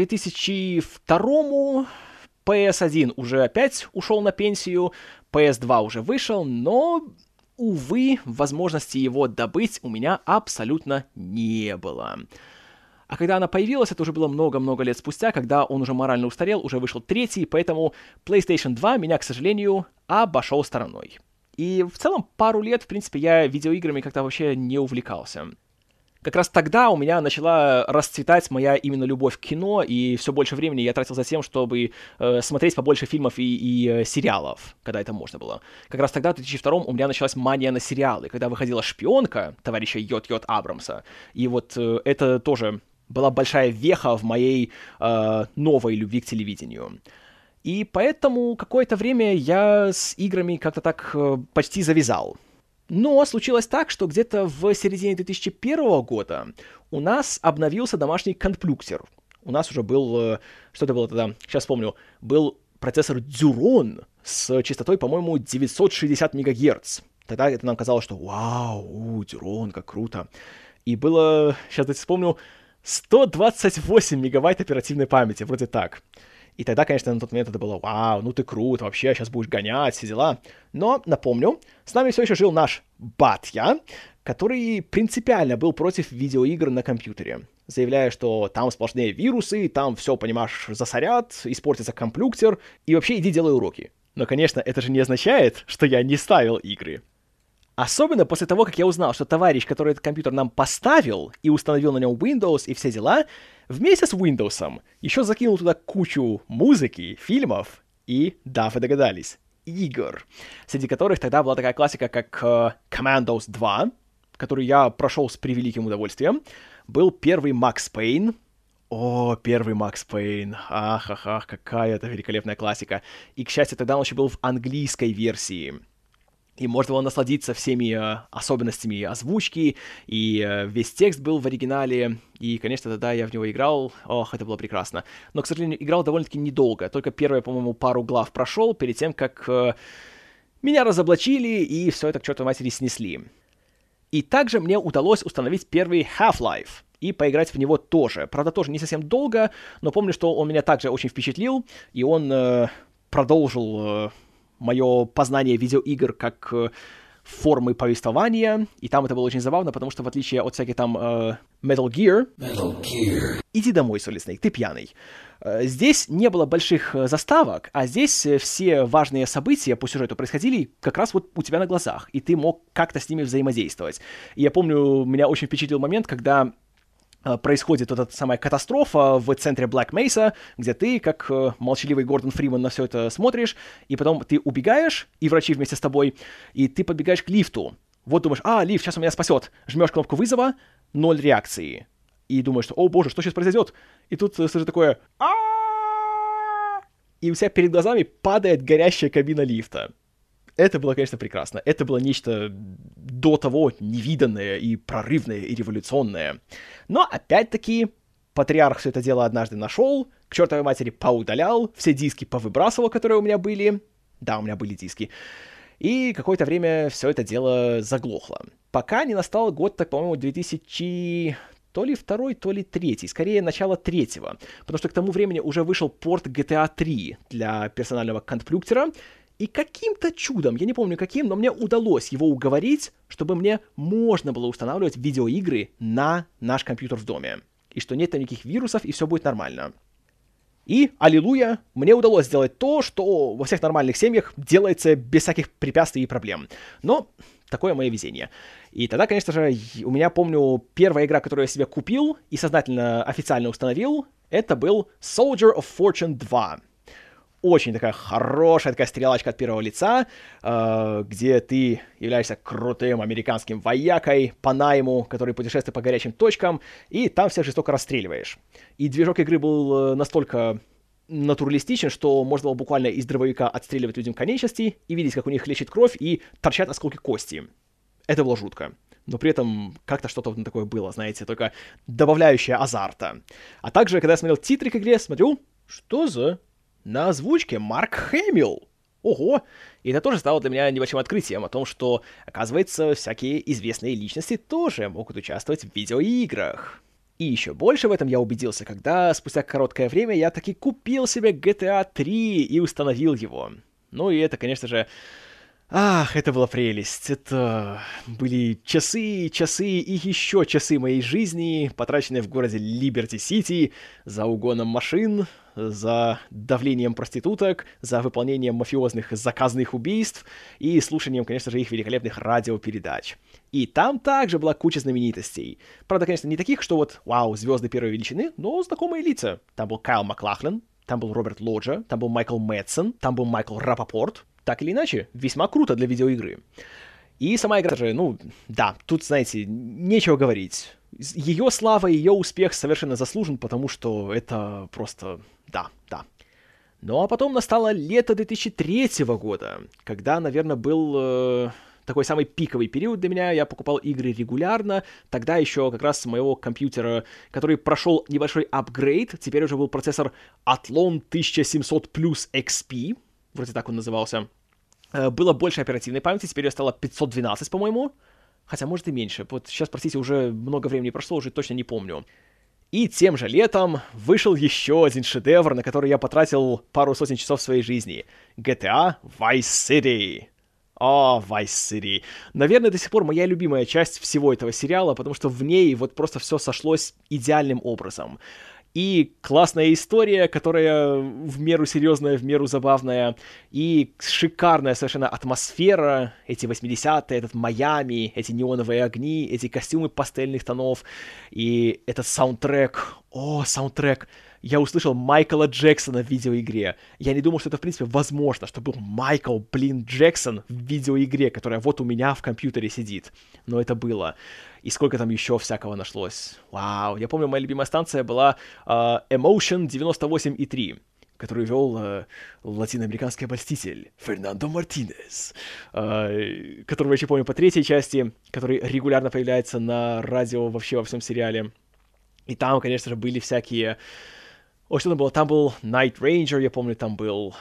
2002-му PS1 уже опять ушел на пенсию, PS2 уже вышел, но, увы, возможности его добыть у меня абсолютно не было. А когда она появилась, это уже было много-много лет спустя, когда он уже морально устарел, уже вышел 3-й, поэтому PlayStation 2 меня, к сожалению, обошел стороной. И в целом пару лет, в принципе, я видеоиграми как-то вообще не увлекался. Как раз тогда у меня начала расцветать моя именно любовь к кино, и все больше времени я тратил за тем, чтобы смотреть побольше фильмов и сериалов, когда это можно было. Как раз тогда, в 2002-м, у меня началась мания на сериалы, когда выходила «Шпионка» товарища Йот Абрамса, и вот это тоже была большая веха в моей новой любви к телевидению. И поэтому какое-то время я с играми как-то так почти завязал. Но случилось так, что где-то в середине 2001 года у нас обновился домашний комплюктер. У нас уже был, что это было тогда, сейчас вспомню, был процессор Duron с частотой, по-моему, 960 МГц. Тогда это нам казалось, что вау, Duron, как круто. И было, сейчас я вспомню, 128 мегабайт оперативной памяти, вроде так. И тогда, конечно, на тот момент это было «Вау, ну ты крут, вообще, сейчас будешь гонять, все дела». Но, напомню, с нами все еще жил наш батя, который принципиально был против видеоигр на компьютере, заявляя, что там сплошные вирусы, там все, понимаешь, засорят, испортится комплюктер, и вообще иди делай уроки. Но, конечно, это же не означает, что я не ставил игры. Особенно после того, как я узнал, что товарищ, который этот компьютер нам поставил и установил на нем Windows и все дела, Вместе с Windows еще закинул туда кучу музыки, фильмов и, да, вы догадались, игр, среди которых тогда была такая классика, как Commandos 2, который я прошел с превеликим удовольствием. Был первый Макс Пейн. О, первый Макс Пейн. Ах, какая это великолепная классика. И, к счастью, тогда он еще был в английской версии. И можно было насладиться всеми особенностями озвучки, и весь текст был в оригинале, и, конечно, тогда я в него играл, ох, это было прекрасно. Но, к сожалению, играл довольно-таки недолго, только первые, по-моему, пару глав прошел, перед тем, как меня разоблачили, и все это к чертовой матери снесли. И также мне удалось установить первый Half-Life, и поиграть в него тоже. Правда, тоже не совсем долго, но помню, что он меня также очень впечатлил, и он продолжил мое познание видеоигр как формы повествования, и там это было очень забавно, потому что в отличие от всяких там Metal Gear... Иди домой, Solid Snake, ты пьяный. Здесь не было больших заставок, а здесь все важные события по сюжету происходили как раз вот у тебя на глазах, и ты мог как-то с ними взаимодействовать. И я помню, меня очень впечатлил момент, когда происходит вот эта самая катастрофа в центре Black Mesa, где ты, как молчаливый Гордон Фриман, на все это смотришь, и потом ты убегаешь, и врачи вместе с тобой, и ты подбегаешь к лифту. Вот думаешь, лифт сейчас меня спасет. Жмешь кнопку вызова, 0 реакции. И думаешь, что, о боже, что сейчас произойдет? И тут слышишь такое и у тебя перед глазами падает горящая кабина лифта. Это было, конечно, прекрасно. Это было нечто до того невиданное и прорывное, и революционное. Но, опять-таки, патриарх все это дело однажды нашел, к чертовой матери поудалял, все диски повыбрасывал, которые у меня были. Да, у меня были диски. И какое-то время все это дело заглохло. Пока не настал год, так, по-моему, 2000... То ли второй, то ли третий. Скорее, начало третьего. Потому что к тому времени уже вышел порт GTA 3 для персонального компьютера. И каким-то чудом, я не помню каким, но мне удалось его уговорить, чтобы мне можно было устанавливать видеоигры на наш компьютер в доме. И что нет там никаких вирусов, и все будет нормально. И, аллилуйя, мне удалось сделать то, что во всех нормальных семьях делается без всяких препятствий и проблем. Но такое мое везение. И тогда, конечно же, у меня, помню, первая игра, которую я себе купил и сознательно официально установил, это был Soldier of Fortune 2. Очень такая хорошая такая стрелочка от первого лица, где ты являешься крутым американским воякой по найму, который путешествует по горячим точкам, и там всех жестоко расстреливаешь. И движок игры был настолько натуралистичен, что можно было буквально из дробовика отстреливать людям конечности и видеть, как у них лечит кровь и торчат осколки кости. Это было жутко. Но при этом как-то что-то такое было, знаете, только добавляющее азарта. А также, когда я смотрел титры к игре, смотрю, что за... На озвучке Марк Хэмилл. Ого! И это тоже стало для меня небольшим открытием о том, что, оказывается, всякие известные личности тоже могут участвовать в видеоиграх. И еще больше в этом я убедился, когда спустя короткое время я таки купил себе GTA 3 и установил его. Ну и это, конечно же... Ах, это была прелесть. Это были часы и еще часы моей жизни, потраченные в городе Либерти-Сити за угоном машин, за давлением проституток, за выполнением мафиозных заказных убийств и слушанием, конечно же, их великолепных радиопередач. И там также была куча знаменитостей. Правда, конечно, не таких, что вот, вау, звезды первой величины, но знакомые лица. Там был Кайл Маклахлен, там был Роберт Лоджа, там был Майкл Мэтсон, там был Майкл Рапопорт. Так или иначе, весьма круто для видеоигры. И сама игра же, ну, да, тут, знаете, нечего говорить. Ее слава, ее успех совершенно заслужен, потому что это просто... Да. Ну, а потом настало лето 2003 года, когда, наверное, был такой самый пиковый период для меня. Я покупал игры регулярно. Тогда еще как раз с моего компьютера, который прошел небольшой апгрейд, теперь уже был процессор Athlon 1700 Plus XP, вроде так он назывался. Было больше оперативной памяти, теперь ее стало 512, по-моему. Хотя, может, и меньше. Вот сейчас, простите, уже много времени прошло, уже точно не помню. И тем же летом вышел еще один шедевр, на который я потратил пару сотен часов своей жизни. GTA Vice City. О, Vice City. Наверное, до сих пор моя любимая часть всего этого сериала, потому что в ней вот просто все сошлось идеальным образом. И классная история, которая в меру серьезная, в меру забавная, и шикарная совершенно атмосфера, эти 80-е, этот Майами, эти неоновые огни, эти костюмы пастельных тонов, и этот саундтрек, О, саундтрек. Я услышал Майкла Джексона в видеоигре. Я не думал, что это, в принципе, возможно, что был Майкл, Джексон в видеоигре, которая вот у меня в компьютере сидит. Но это было. И сколько там еще всякого нашлось. Вау. Я помню, моя любимая станция была Emotion 98.3, которую вел латиноамериканский обольститель Фернандо Мартинес, которого я еще помню по третьей части, который регулярно появляется на радио вообще во всем сериале. И там, конечно же, были всякие... Ой, что там было? Там был Night Ranger, я помню, там был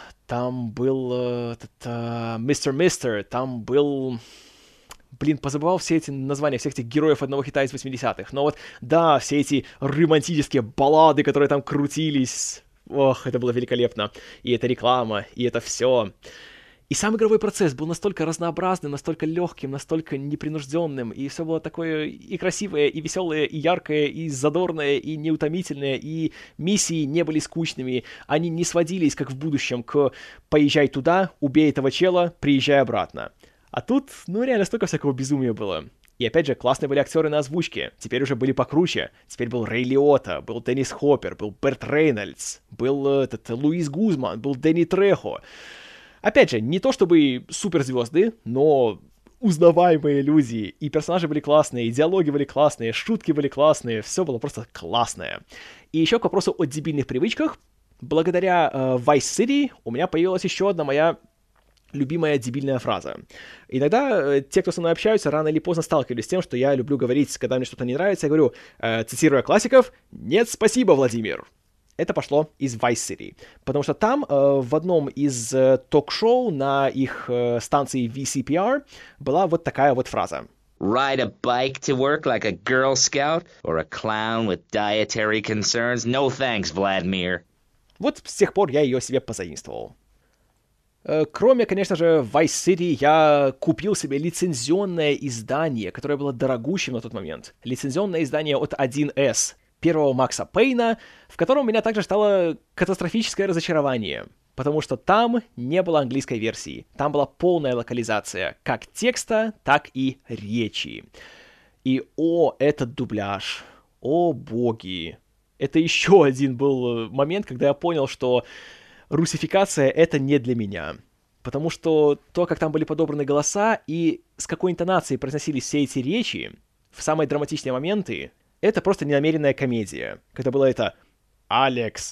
Мистер Мистер, там был... Блин, позабывал все эти названия всех этих героев одного хита из 80-х. Но вот, да, все эти романтические баллады, которые там крутились... Ох, это было великолепно. И эта реклама, и это все... И сам игровой процесс был настолько разнообразным, настолько легким, настолько непринужденным, и все было такое и красивое, и веселое, и яркое, и задорное, и неутомительное, и миссии не были скучными, они не сводились, как в будущем, к «поезжай туда, убей этого чела, приезжай обратно». А тут, ну реально, столько всякого безумия было. И опять же, классные были актеры на озвучке, теперь уже были покруче. Теперь был Рэй Лиотта, был Деннис Хоппер, был Берт Рейнольдс, был Луис Гузман, был Дэнни Трехо. Опять же, не то чтобы суперзвезды, но узнаваемые люди, и персонажи были классные, и диалоги были классные, шутки были классные, все было просто классное. И еще к вопросу о дебильных привычках, благодаря Vice City у меня появилась еще одна моя любимая дебильная фраза. Иногда те, кто со мной общаются, рано или поздно сталкивались с тем, что я люблю говорить, когда мне что-то не нравится, я говорю, цитируя классиков, «Нет, спасибо, Владимир». Это пошло из Vice City, потому что там в одном из ток-шоу на их станции VCPR была вот такая вот фраза. Ride a bike to work like a Girl Scout or a clown with dietary concerns? No thanks, Vladimir. Вот с тех пор я ее себе позаимствовал. Кроме, конечно же, Vice City, я купил себе лицензионное издание, которое было дорогущим на тот момент. Лицензионное издание от 1С. Первого Макса Пейна, в котором у меня также стало катастрофическое разочарование, потому что там не было английской версии, там была полная локализация как текста, так и речи. И этот дубляж, о боги, это еще один был момент, когда я понял, что русификация — это не для меня. Потому что то, как там были подобраны голоса и с какой интонацией произносились все эти речи в самые драматичные моменты, это просто ненамеренная комедия. Когда было это «Алекс!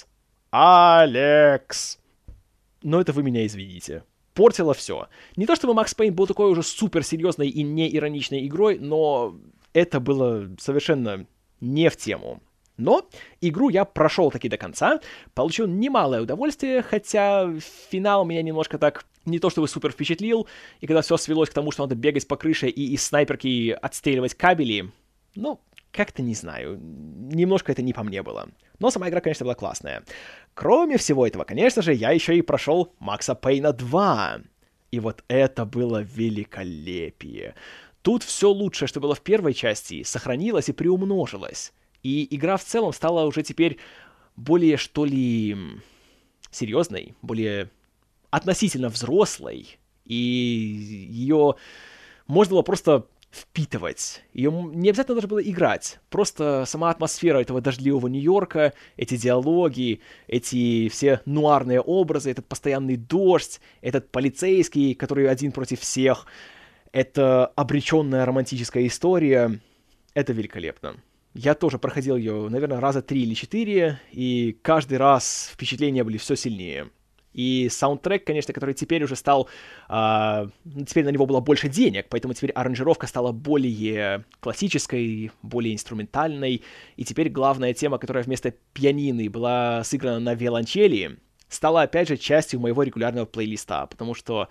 Алекс!» Но это вы меня извините. Портило все. Не то чтобы Макс Пейн был такой уже суперсерьезной и неироничной игрой, но это было совершенно не в тему. Но игру я прошел таки до конца, получил немалое удовольствие, хотя финал меня немножко так не то чтобы супер впечатлил, и когда все свелось к тому, что надо бегать по крыше и из снайперки отстреливать кабели, ну, как-то не знаю, немножко это не по мне было. Но сама игра, конечно, была классная. Кроме всего этого, конечно же, я еще и прошел Макса Пейна 2. И вот это было великолепие. Тут все лучшее, что было в первой части, сохранилось и приумножилось. И игра в целом стала уже теперь более, что ли, серьезной, более относительно взрослой. И ее можно было просто впитывать. Ее не обязательно даже было играть. Просто сама атмосфера этого дождливого Нью-Йорка, эти диалоги, эти все нуарные образы, этот постоянный дождь, этот полицейский, который один против всех, это обреченная романтическая история. Это великолепно. Я тоже проходил ее, наверное, раза 3 или 4, и каждый раз впечатления были все сильнее. И саундтрек, конечно, который теперь уже стал... теперь на него было больше денег, поэтому теперь аранжировка стала более классической, более инструментальной. И теперь главная тема, которая вместо пианины была сыграна на виолончели, стала, опять же, частью моего регулярного плейлиста, потому что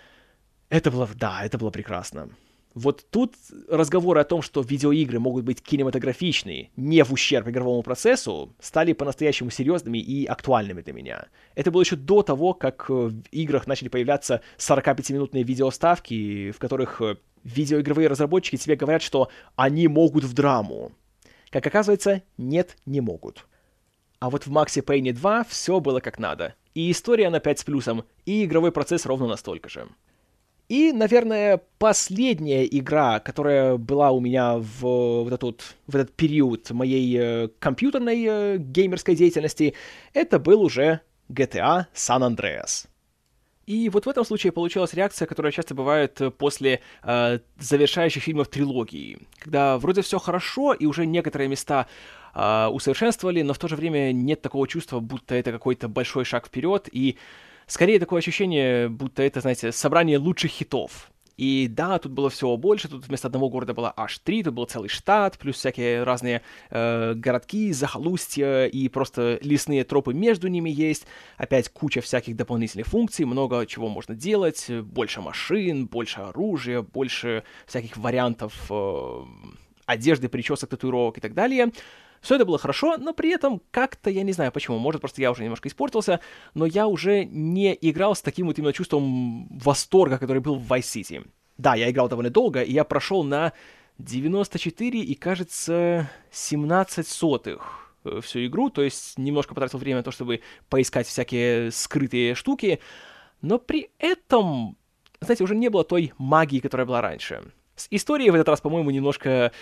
это было прекрасно. Вот тут разговоры о том, что видеоигры могут быть кинематографичны, не в ущерб игровому процессу, стали по-настоящему серьезными и актуальными для меня. Это было еще до того, как в играх начали появляться 45-минутные видеоставки, в которых видеоигровые разработчики тебе говорят, что они могут в драму. Как оказывается, нет, не могут. А вот в Максе Пейне 2 все было как надо. И история на 5 с плюсом, и игровой процесс ровно настолько же. И, наверное, последняя игра, которая была у меня в этот период моей компьютерной геймерской деятельности, это был уже GTA San Andreas. И вот в этом случае получилась реакция, которая часто бывает после завершающих фильмов трилогии, когда вроде все хорошо, и уже некоторые места усовершенствовали, но в то же время нет такого чувства, будто это какой-то большой шаг вперед, и скорее такое ощущение, будто это, знаете, собрание лучших хитов. И да, тут было всего больше, тут вместо одного города было аж 3, тут был целый штат, плюс всякие разные городки, захолустья и просто лесные тропы между ними есть. Опять куча всяких дополнительных функций, много чего можно делать, больше машин, больше оружия, больше всяких вариантов одежды, причесок, татуировок и так далее. Все это было хорошо, но при этом как-то, я не знаю почему, может, просто я уже немножко испортился, но я уже не играл с таким вот именно чувством восторга, который был в Vice City. Да, я играл довольно долго, и я прошел на 94 и, кажется, 17 сотых всю игру, то есть немножко потратил время на то, чтобы поискать всякие скрытые штуки, но при этом, знаете, уже не было той магии, которая была раньше. С историей в этот раз, по-моему, немножко...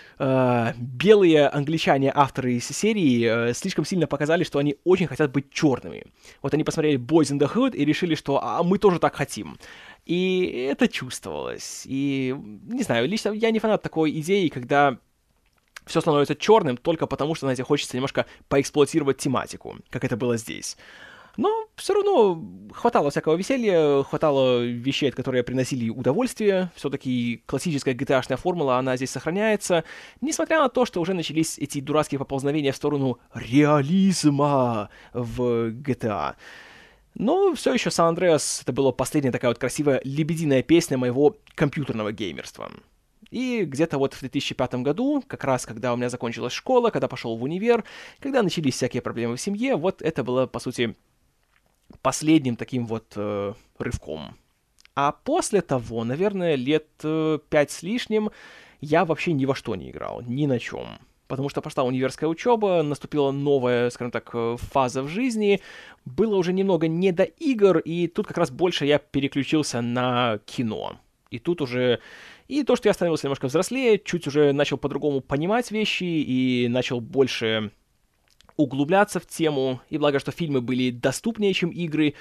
белые англичане, авторы из серии, слишком сильно показали, что они очень хотят быть черными. Вот они посмотрели Boys in the Hood и решили, что мы тоже так хотим. И это чувствовалось. И, не знаю, лично я не фанат такой идеи, когда все становится черным только потому, что, знаете, хочется немножко поэксплуатировать тематику, как это было здесь. Но все равно хватало всякого веселья, хватало вещей, которые приносили удовольствие. Все-таки классическая GTA-шная формула, она здесь сохраняется. Несмотря на то, что уже начались эти дурацкие поползновения в сторону реализма в GTA. Но все еще San Andreas это была последняя такая вот красивая лебединая песня моего компьютерного геймерства. И где-то вот в 2005 году, как раз когда у меня закончилась школа, когда пошел в универ, когда начались всякие проблемы в семье, вот это было, по сути, последним таким вот рывком. А после того, наверное, лет 5 с лишним, я вообще ни во что не играл, ни на чем. Потому что пошла универская учеба, наступила новая, скажем так, фаза в жизни, было уже немного не до игр, и тут как раз больше я переключился на кино. И тут уже... И то, что я становился немножко взрослее, чуть уже начал по-другому понимать вещи и начал больше... углубляться в тему, и благо, что фильмы были доступнее, чем игры,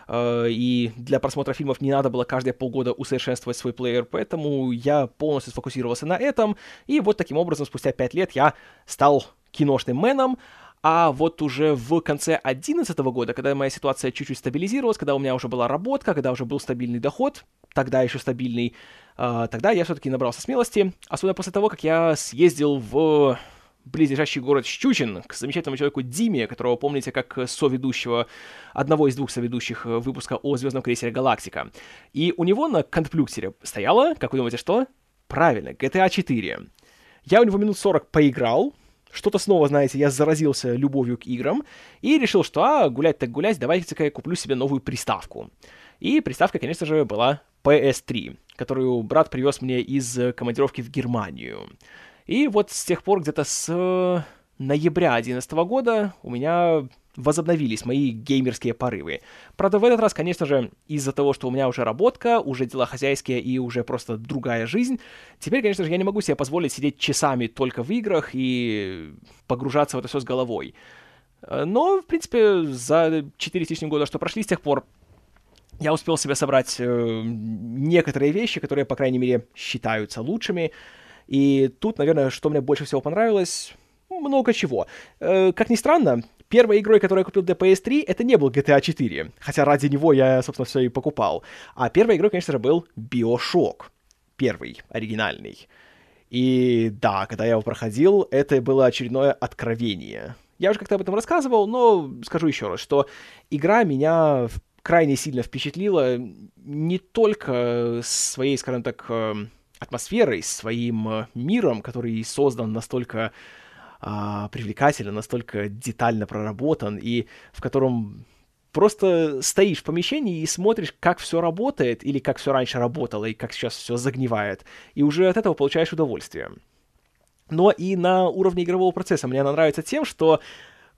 и для просмотра фильмов не надо было каждые полгода усовершенствовать свой плеер, поэтому я полностью сфокусировался на этом, и вот таким образом спустя 5 лет я стал киношным мэном, а вот уже в конце 2011 года, когда моя ситуация чуть-чуть стабилизировалась, когда у меня уже была работа, когда уже был стабильный доход, тогда еще стабильный, тогда я все-таки набрался смелости, особенно после того, как я съездил в... близлежащий город Щучин, к замечательному человеку Диме, которого помните как соведущего, одного из 2 соведущих выпуска о звездном крейсере «Галактика». И у него на контплюктере стояло, как вы думаете, что? Правильно, GTA 4. Я у него минут 40 поиграл, что-то снова, знаете, я заразился любовью к играм, и решил, что, гулять так гулять, давайте-ка я куплю себе новую приставку. И приставка, конечно же, была PS3, которую брат привез мне из командировки в Германию. И вот с тех пор, где-то с ноября 2011 года у меня возобновились мои геймерские порывы. Правда, в этот раз, конечно же, из-за того, что у меня уже работка, уже дела хозяйские и уже просто другая жизнь, теперь, конечно же, я не могу себе позволить сидеть часами только в играх и погружаться в это все с головой. Но, в принципе, за 4 с лишним года, что прошли с тех пор, я успел себе собрать некоторые вещи, которые, по крайней мере, считаются лучшими. И тут, наверное, что мне больше всего понравилось, много чего. Как ни странно, первой игрой, которую я купил для PS3, это не был GTA 4, хотя ради него я, собственно, все и покупал. А первой игрой, конечно же, был BioShock, первый, оригинальный. И да, когда я его проходил, это было очередное откровение. Я уже как-то об этом рассказывал, но скажу еще раз, что игра меня крайне сильно впечатлила не только своей, скажем так, атмосферой, своим миром, который создан настолько привлекательно, настолько детально проработан, и в котором просто стоишь в помещении и смотришь, как все работает, или как все раньше работало, и как сейчас все загнивает, и уже от этого получаешь удовольствие. Но и на уровне игрового процесса мне она нравится тем, что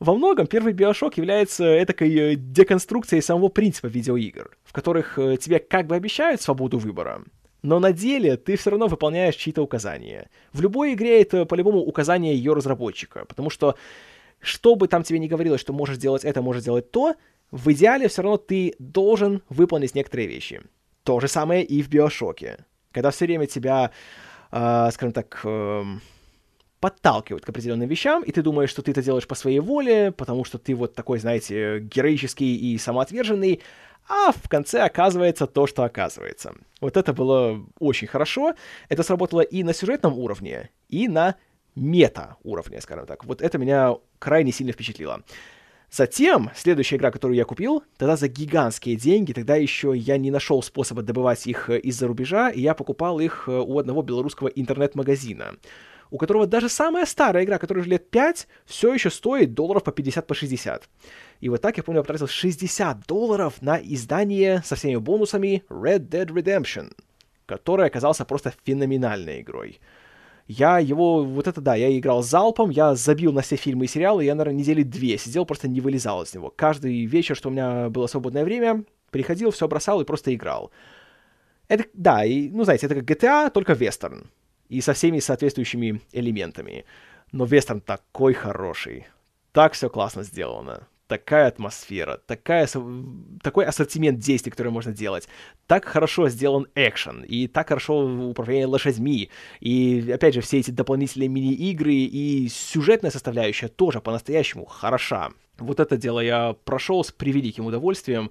Во многом первый Bioshock является этакой деконструкцией самого принципа видеоигр, в которых тебе как бы обещают свободу выбора, но на деле ты все равно выполняешь чьи-то указания. В любой игре это по-любому указание ее разработчика, потому что бы там тебе ни говорилось, что можешь делать это, можешь делать то, в идеале все равно ты должен выполнить некоторые вещи. То же самое и в Биошоке. Когда все время тебя, скажем так, подталкивают к определенным вещам, и ты думаешь, что ты это делаешь по своей воле, потому что ты вот такой, знаете, героический и самоотверженный, а в конце оказывается то, что оказывается. Вот это было очень хорошо. Это сработало и на сюжетном уровне, и на мета-уровне, скажем так. Вот это меня крайне сильно впечатлило. Затем, следующая игра, которую я купил, тогда за гигантские деньги, тогда еще я не нашел способа добывать их из-за рубежа, и я покупал их у одного белорусского интернет-магазина, у которого даже самая старая игра, которая уже лет 5, все еще стоит долларов по 50, по 60. И вот так, я помню, я потратил $60 на издание со всеми бонусами Red Dead Redemption, который оказался просто феноменальной игрой. Я играл залпом, я забил на все фильмы и сериалы, я, наверное, недели 2 сидел, просто не вылезал из него. Каждый вечер, что у меня было свободное время, приходил, все бросал и просто играл. Это, да, и, знаете, это как GTA, только вестерн. И со всеми соответствующими элементами. Но вестерн такой хороший. Так все классно сделано. Такая атмосфера, такой ассортимент действий, которые можно делать. Так хорошо сделан экшен, и так хорошо управление лошадьми. И, опять же, все эти дополнительные мини-игры и сюжетная составляющая тоже по-настоящему хороша. Вот это дело я прошел с превеликим удовольствием.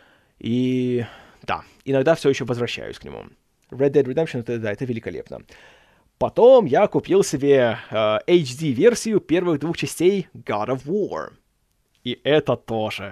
И да, иногда все еще возвращаюсь к нему. Red Dead Redemption, это великолепно. Потом я купил себе HD-версию первых 2 частей God of War. И это тоже,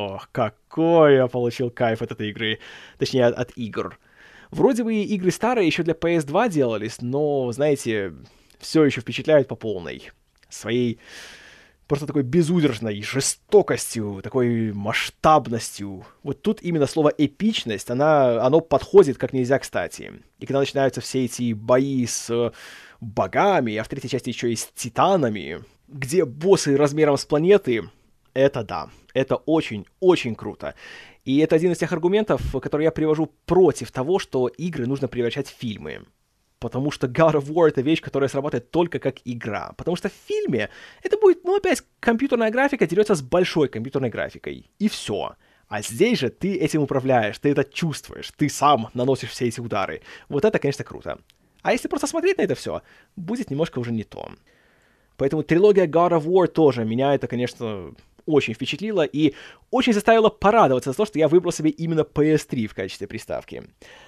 какой я получил кайф от этой игры, точнее, от игр. Вроде бы игры старые еще для PS2 делались, но, знаете, все еще впечатляют по полной. Своей просто такой безудержной жестокостью, такой масштабностью. Вот тут именно слово «эпичность», оно подходит как нельзя кстати. И когда начинаются все эти бои с богами, а в 3-й части еще и с титанами, где боссы размером с планеты, это да, это очень-очень круто. И это один из тех аргументов, который я привожу против того, что игры нужно превращать в фильмы. Потому что God of War — это вещь, которая срабатывает только как игра. Потому что в фильме это будет, опять компьютерная графика дерется с большой компьютерной графикой. И все. А здесь же ты этим управляешь, ты это чувствуешь, ты сам наносишь все эти удары. Вот это, конечно, круто. А если просто смотреть на это все, будет немножко уже не то. Поэтому трилогия God of War тоже меня это, конечно, очень впечатлило и очень заставило порадоваться за то, что я выбрал себе именно PS3 в качестве приставки.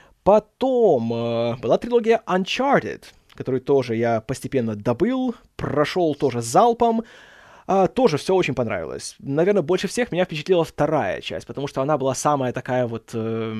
Потом была трилогия Uncharted, которую тоже я постепенно добыл, прошел тоже залпом. Тоже все очень понравилось. Наверное, больше всех меня впечатлила 2-я часть, потому что она была самая такая вот...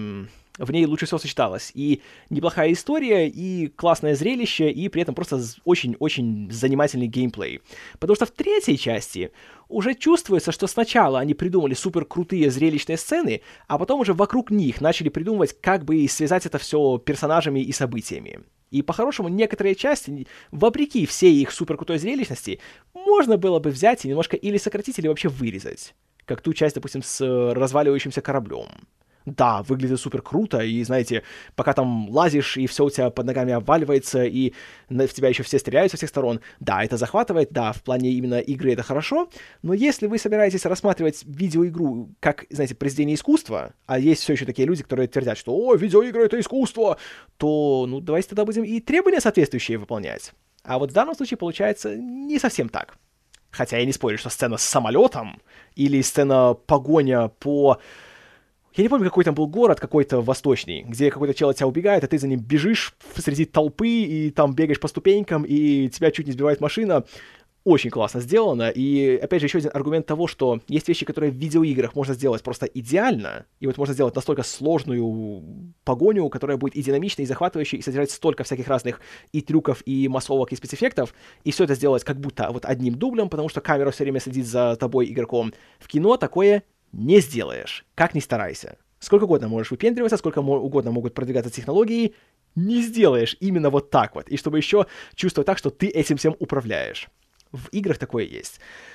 в ней лучше всего сочеталась. И неплохая история, и классное зрелище, и при этом просто очень-очень занимательный геймплей. Потому что в 3-й части уже чувствуется, что сначала они придумали супер крутые зрелищные сцены, а потом уже вокруг них начали придумывать, как бы связать это все персонажами и событиями. И по-хорошему некоторые части, вопреки всей их супер крутой зрелищности, можно было бы взять и немножко или сократить, или вообще вырезать. Как ту часть, допустим, с разваливающимся кораблем. Да, выглядит супер круто, и, знаете, пока там лазишь, и все у тебя под ногами обваливается, и в тебя еще все стреляют со всех сторон. Да, это захватывает, да, в плане именно игры это хорошо, но если вы собираетесь рассматривать видеоигру как, знаете, произведение искусства, а есть все еще такие люди, которые твердят, что «О, видеоигры — это искусство», то, давайте тогда будем и требования соответствующие выполнять. А вот в данном случае получается не совсем так. Хотя я не спорю, что сцена с самолетом или сцена погоня по... Я не помню, какой там был город, какой-то восточный, где какой-то чел от тебя убегает, а ты за ним бежишь среди толпы, и там бегаешь по ступенькам, и тебя чуть не сбивает машина. Очень классно сделано. И, опять же, еще один аргумент того, что есть вещи, которые в видеоиграх можно сделать просто идеально, и вот можно сделать настолько сложную погоню, которая будет и динамичной, и захватывающей, и содержать столько всяких разных и трюков, и массовок, и спецэффектов, и все это сделать как будто вот одним дублем, потому что камера все время следит за тобой, игроком. В кино такое не сделаешь, как ни старайся. Сколько угодно можешь выпендриваться, сколько угодно могут продвигаться технологии, не сделаешь именно вот так вот. И чтобы еще чувствовать так, что ты этим всем управляешь. В играх такое есть.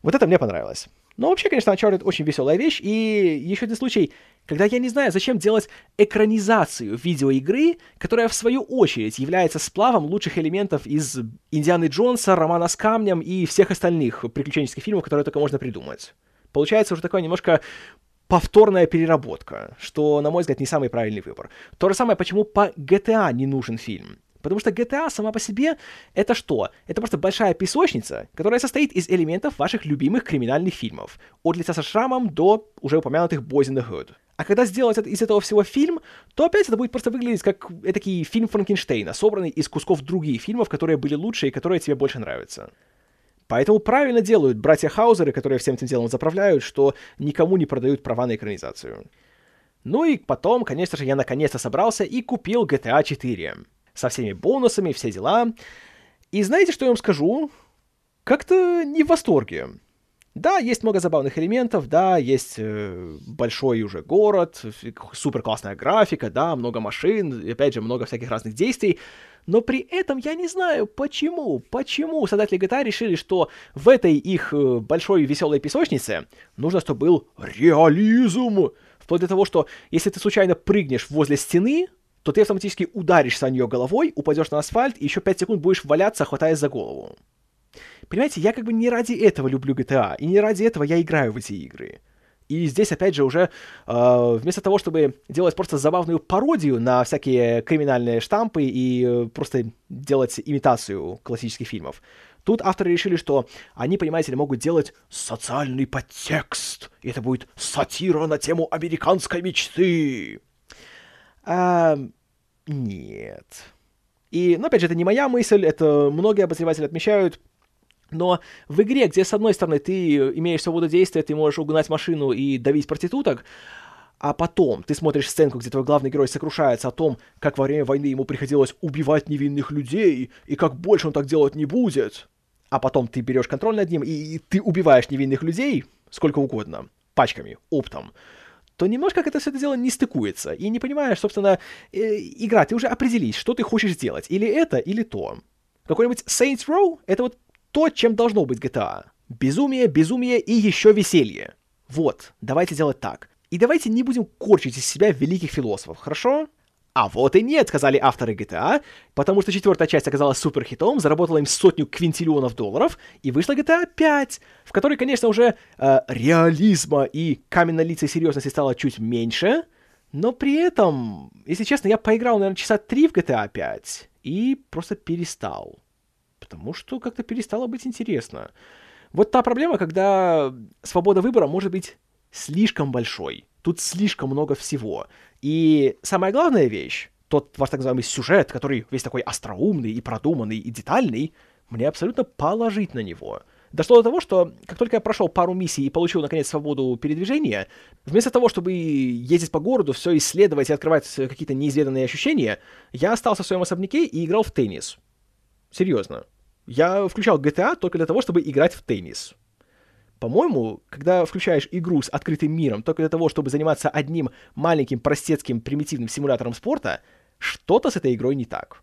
Вот это мне понравилось. Но вообще, конечно, Uncharted очень веселая вещь, и еще один случай, когда я не знаю, зачем делать экранизацию видеоигры, которая в свою очередь является сплавом лучших элементов из Индианы Джонса, Романа с камнем и всех остальных приключенческих фильмов, которые только можно придумать. Получается уже такое немножко повторная переработка, что, на мой взгляд, не самый правильный выбор. То же самое, почему по GTA не нужен фильм. Потому что GTA сама по себе — это что? Это просто большая песочница, которая состоит из элементов ваших любимых криминальных фильмов. От «Лица со шрамом» до уже упомянутых «Boys in the Hood». А когда сделать из этого всего фильм, то опять это будет просто выглядеть как этакий фильм Франкенштейна, собранный из кусков других фильмов, которые были лучше и которые тебе больше нравятся. Поэтому правильно делают братья Хаузеры, которые всем этим делом заправляют, что никому не продают права на экранизацию. Ну и потом, конечно же, я наконец-то собрался и купил GTA 4. Со всеми бонусами, все дела. И знаете, что я вам скажу? Как-то не в восторге. Да, есть много забавных элементов, да, есть большой уже город, супер классная графика, да, много машин, и опять же, много всяких разных действий. Но при этом я не знаю, почему создатели GTA решили, что в этой их большой веселой песочнице нужно, чтобы был реализм. Вплоть до того, что если ты случайно прыгнешь возле стены, то ты автоматически ударишься о нее головой, упадешь на асфальт и еще 5 секунд будешь валяться, хватаясь за голову. Понимаете, я как бы не ради этого люблю GTA, и не ради этого я играю в эти игры. И здесь, опять же, уже вместо того, чтобы делать просто забавную пародию на всякие криминальные штампы и просто делать имитацию классических фильмов, тут авторы решили, что они, понимаете ли, могут делать социальный подтекст, и это будет сатира на тему американской мечты. Нет. И, ну, опять же, это не моя мысль, это многие обозреватели отмечают, но в игре, где, с одной стороны, ты имеешь свободу действия, ты можешь угнать машину и давить проституток, а потом ты смотришь сценку, где твой главный герой сокрушается о том, как во время войны ему приходилось убивать невинных людей, и как больше он так делать не будет, а потом ты берешь контроль над ним, и ты убиваешь невинных людей сколько угодно, пачками, оптом, то немножко как это все это дело не стыкуется, и не понимаешь, собственно, игра, ты уже определись, что ты хочешь сделать, или это, или то. Какой-нибудь Saints Row — это вот то, чем должно быть GTA. Безумие, безумие и еще веселье. Вот, давайте делать так. И давайте не будем корчить из себя великих философов, хорошо? А вот и нет, сказали авторы GTA, потому что 4-я часть оказалась суперхитом, заработала им 100 квинтиллионов долларов, и вышла GTA 5, в которой, конечно, уже реализма и каменно-лицей серьезности стало чуть меньше, но при этом, если честно, я поиграл, наверное, часа 3 в GTA 5 и просто перестал. Потому что как-то перестало быть интересно. Вот та проблема, когда свобода выбора может быть слишком большой. Тут слишком много всего. И самая главная вещь, тот ваш так называемый сюжет, который весь такой остроумный и продуманный и детальный, мне абсолютно положить на него. Дошло до того, что как только я прошел пару миссий и получил, наконец, свободу передвижения, вместо того, чтобы ездить по городу, все исследовать и открывать какие-то неизведанные ощущения, я остался в своем особняке и играл в теннис. Серьезно. Я включал GTA только для того, чтобы играть в теннис. По-моему, когда включаешь игру с открытым миром только для того, чтобы заниматься одним маленьким, простецким, примитивным симулятором спорта, что-то с этой игрой не так.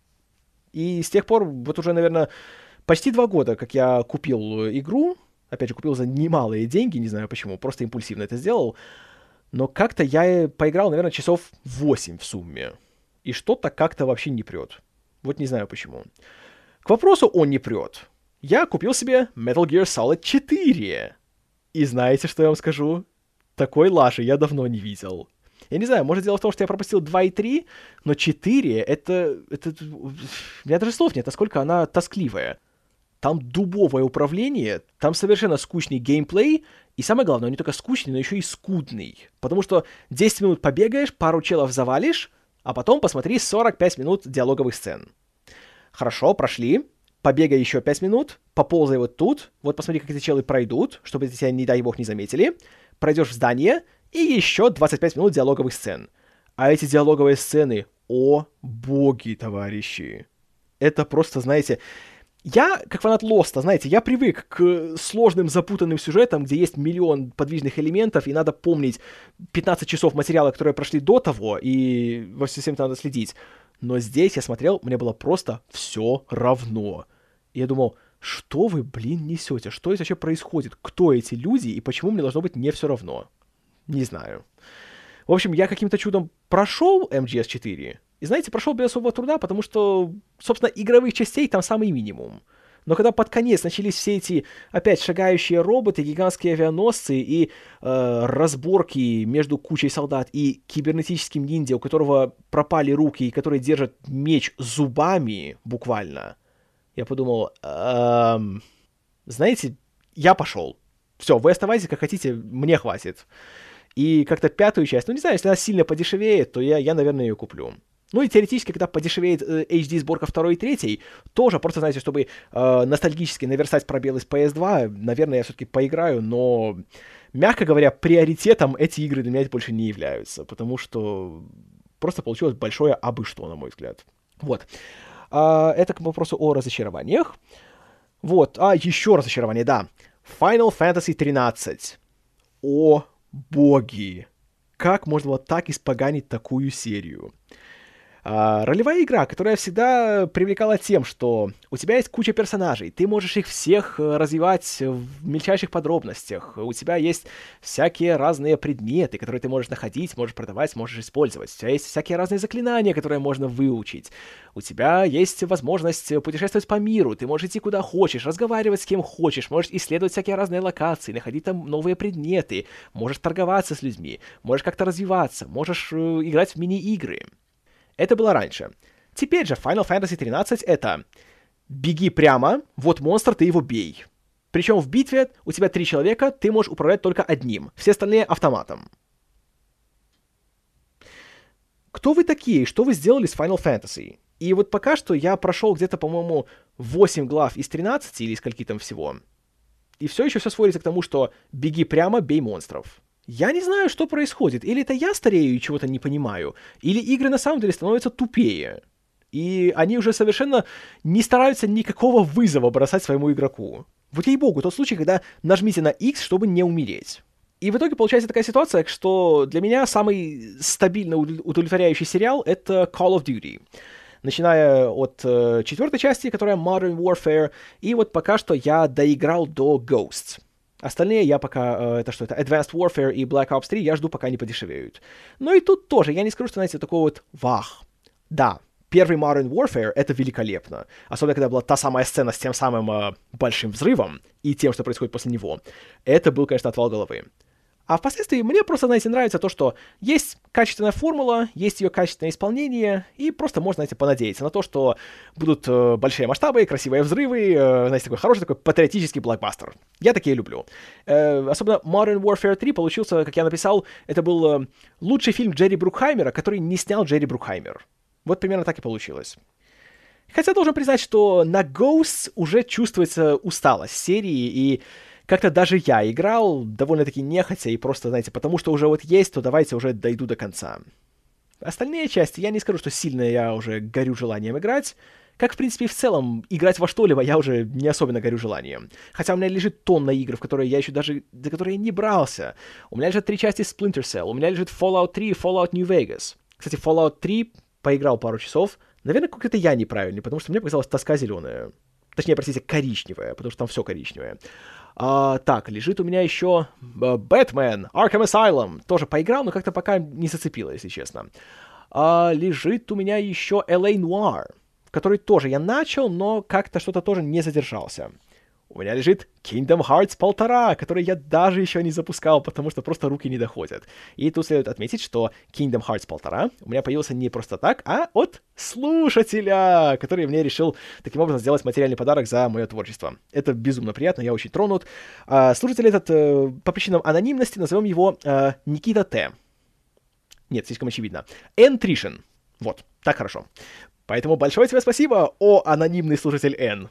И с тех пор, вот уже, наверное, почти 2 года, как я купил игру, опять же, купил за немалые деньги, не знаю почему, просто импульсивно это сделал, но как-то я поиграл, наверное, часов 8 в сумме. И что-то как-то вообще не прет. Вот не знаю почему. К вопросу он не прет. Я купил себе Metal Gear Solid 4. И знаете, что я вам скажу? Такой лажи я давно не видел. Я не знаю, может дело в том, что я пропустил 2 и 3, но 4 это... У меня даже слов нет, насколько она тоскливая. Там дубовое управление, там совершенно скучный геймплей, и самое главное, он не только скучный, но еще и скудный. Потому что 10 минут побегаешь, пару челов завалишь, а потом посмотри 45 минут диалоговых сцен. Хорошо, прошли. Побегай еще 5 минут, поползай вот тут, вот посмотри, как эти челы пройдут, чтобы тебя, не дай бог, не заметили. Пройдешь в здание, и еще 25 минут диалоговых сцен. А эти диалоговые сцены, о боги, товарищи. Это просто, знаете... Я, как фанат Лоста, знаете, я привык к сложным запутанным сюжетам, где есть миллион подвижных элементов, и надо помнить 15 часов материала, которые прошли до того, и во всем это надо следить. Но здесь я смотрел, мне было просто все равно. И я думал, Что вы, блин, несете? Что это вообще происходит? Кто эти люди и почему мне должно быть не все равно? Не знаю. В общем, я каким-то чудом прошел MGS4. И, знаете, прошел без особого труда, потому что, собственно, игровых частей там самый минимум. Но когда под конец начались все эти, опять, шагающие роботы, гигантские авианосцы и разборки между кучей солдат и кибернетическим ниндзя, у которого пропали руки и который держит меч зубами, буквально, я подумал, знаете, я пошел. Все, вы оставайтесь как хотите, мне хватит. И как-то пятую часть, ну не знаю, если она сильно подешевеет, то я наверное, ее куплю. Ну и теоретически, когда подешевеет HD-сборка 2 и 3, тоже просто, знаете, чтобы ностальгически наверстать пробелы с PS2, наверное, я все-таки поиграю, но, мягко говоря, приоритетом эти игры для меня больше не являются, потому что просто получилось большое абы что, на мой взгляд. Вот. Это к вопросу о разочарованиях. Вот. Еще разочарование, да. Final Fantasy 13. О, боги! Как можно было так испоганить такую серию? Ролевая игра, которая всегда привлекала тем, что у тебя есть куча персонажей, ты можешь их всех развивать в мельчайших подробностях, у тебя есть всякие разные предметы, которые ты можешь находить, можешь продавать, можешь использовать, у тебя есть всякие разные заклинания, которые можно выучить, у тебя есть возможность путешествовать по миру, ты можешь идти куда хочешь, разговаривать с кем хочешь, можешь исследовать всякие разные локации, находить там новые предметы, можешь торговаться с людьми, можешь как-то развиваться, можешь играть в мини-игры. Это было раньше. Теперь же Final Fantasy 13 это беги прямо, вот монстр, ты его бей. Причем в битве у тебя 3 человека, ты можешь управлять только одним, все остальные автоматом. Кто вы такие? Что вы сделали с Final Fantasy? И вот пока что я прошел где-то, по-моему, 8 глав из 13 или скольки там всего. И все еще все сводится к тому, что беги прямо, бей монстров. Я не знаю, что происходит. Или это я старею и чего-то не понимаю, или игры на самом деле становятся тупее. И они уже совершенно не стараются никакого вызова бросать своему игроку. Вот ей-богу, тот случай, когда нажмите на X, чтобы не умереть. И в итоге получается такая ситуация, что для меня самый стабильно удовлетворяющий сериал — это Call of Duty. Начиная от 4 части, которая Modern Warfare, и вот пока что я доиграл до Ghosts. Остальные я пока, это Advanced Warfare и Black Ops 3, я жду, пока не подешевеют. Но и тут тоже, я не скажу, что, знаете, такой вот вах. Да, первый Modern Warfare — это великолепно. Особенно, когда была та самая сцена с тем самым большим взрывом и тем, что происходит после него. Это был, конечно, отвал головы. А впоследствии мне просто, знаете, нравится то, что есть качественная формула, есть ее качественное исполнение, и просто можно, знаете, понадеяться на то, что будут большие масштабы, красивые взрывы, знаете, такой хороший, такой патриотический блокбастер. Я такие люблю. Особенно Modern Warfare 3 получился, как я написал, это был лучший фильм Джерри Брукхаймера, который не снял Джерри Брукхаймер. Вот примерно так и получилось. Хотя должен признать, что на Ghosts уже чувствуется усталость серии, и как-то даже я играл довольно-таки нехотя, и просто, знаете, потому что уже вот есть, то давайте уже дойду до конца. Остальные части, я не скажу, что сильно я уже горю желанием играть. Как, в принципе, в целом, играть во что-либо я уже не особенно горю желанием. Хотя у меня лежит тонна игр, в которые я еще даже, за которые я не брался. У меня лежат 3 части Splinter Cell, у меня лежит Fallout 3 и Fallout New Vegas. Кстати, Fallout 3 поиграл пару часов. Наверное, как-то я неправильный, потому что мне показалась тоска зеленая. Точнее, простите, коричневая, потому что там все коричневое. Так, лежит у меня еще Batman Arkham Asylum. Тоже поиграл, но как-то пока не зацепило, если честно. Лежит у меня еще LA Noire, который тоже я начал, но как-то что-то тоже не задержался. У меня лежит Kingdom Hearts 1.5, который я даже еще не запускал, потому что просто руки не доходят. И тут следует отметить, что Kingdom Hearts 1.5 у меня появился не просто так, а от слушателя, который мне решил таким образом сделать материальный подарок за мое творчество. Это безумно приятно, я очень тронут. Слушатель этот, по причинам анонимности, назовем его Никита Т. Нет, слишком очевидно. Н. Тришин. Вот, так хорошо. Поэтому большое тебе спасибо, о анонимный слушатель Н.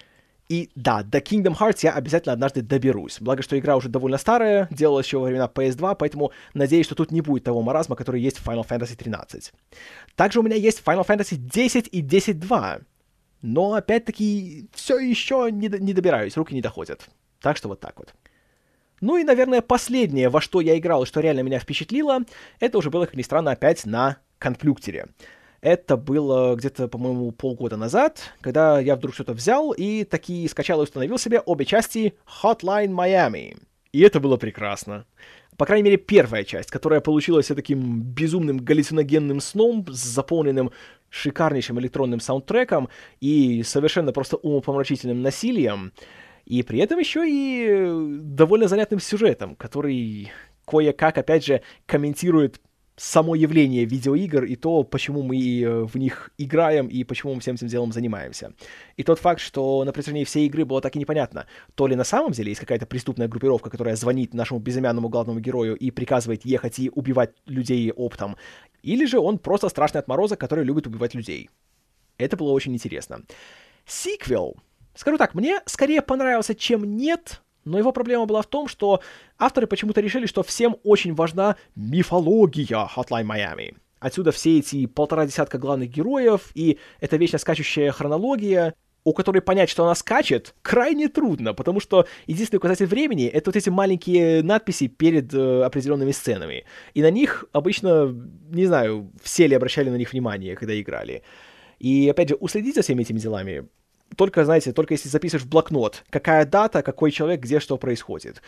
И да, до Kingdom Hearts я обязательно однажды доберусь. Благо, что игра уже довольно старая, делалась еще во времена PS2, поэтому надеюсь, что тут не будет того маразма, который есть в Final Fantasy 13. Также у меня есть Final Fantasy 10 и 10.2. Но, опять-таки, все еще не добираюсь, руки не доходят. Так что вот так вот. Ну и, наверное, последнее, во что я играл и что реально меня впечатлило, это уже было, как ни странно, опять на конфлюктере. Это было где-то, по-моему, полгода назад, когда я вдруг что-то взял и таки скачал и установил себе обе части Hotline Miami. И это было прекрасно. По крайней мере, первая часть, которая получилась таким безумным галлюциногенным сном с заполненным шикарнейшим электронным саундтреком и совершенно просто умопомрачительным насилием, и при этом еще и довольно занятным сюжетом, который кое-как, опять же, комментирует само явление видеоигр и то, почему мы в них играем и почему мы всем этим делом занимаемся. И тот факт, что на протяжении всей игры было так и непонятно, то ли на самом деле есть какая-то преступная группировка, которая звонит нашему безымянному главному герою и приказывает ехать и убивать людей оптом, или же он просто страшный отморозок, который любит убивать людей. Это было очень интересно. Сиквел, скажу так, мне скорее понравился, чем нет. Но его проблема была в том, что авторы почему-то решили, что всем очень важна мифология Hotline Miami. Отсюда все эти 1,5 десятка главных героев и эта вечно скачущая хронология, у которой понять, что она скачет, крайне трудно, потому что единственный указатель времени — это вот эти маленькие надписи перед определенными сценами. И на них обычно, не знаю, все ли обращали на них внимание, когда играли. И, опять же, уследить за всеми этими делами только, знаете, только если записываешь в блокнот, какая дата, какой человек, где что происходит.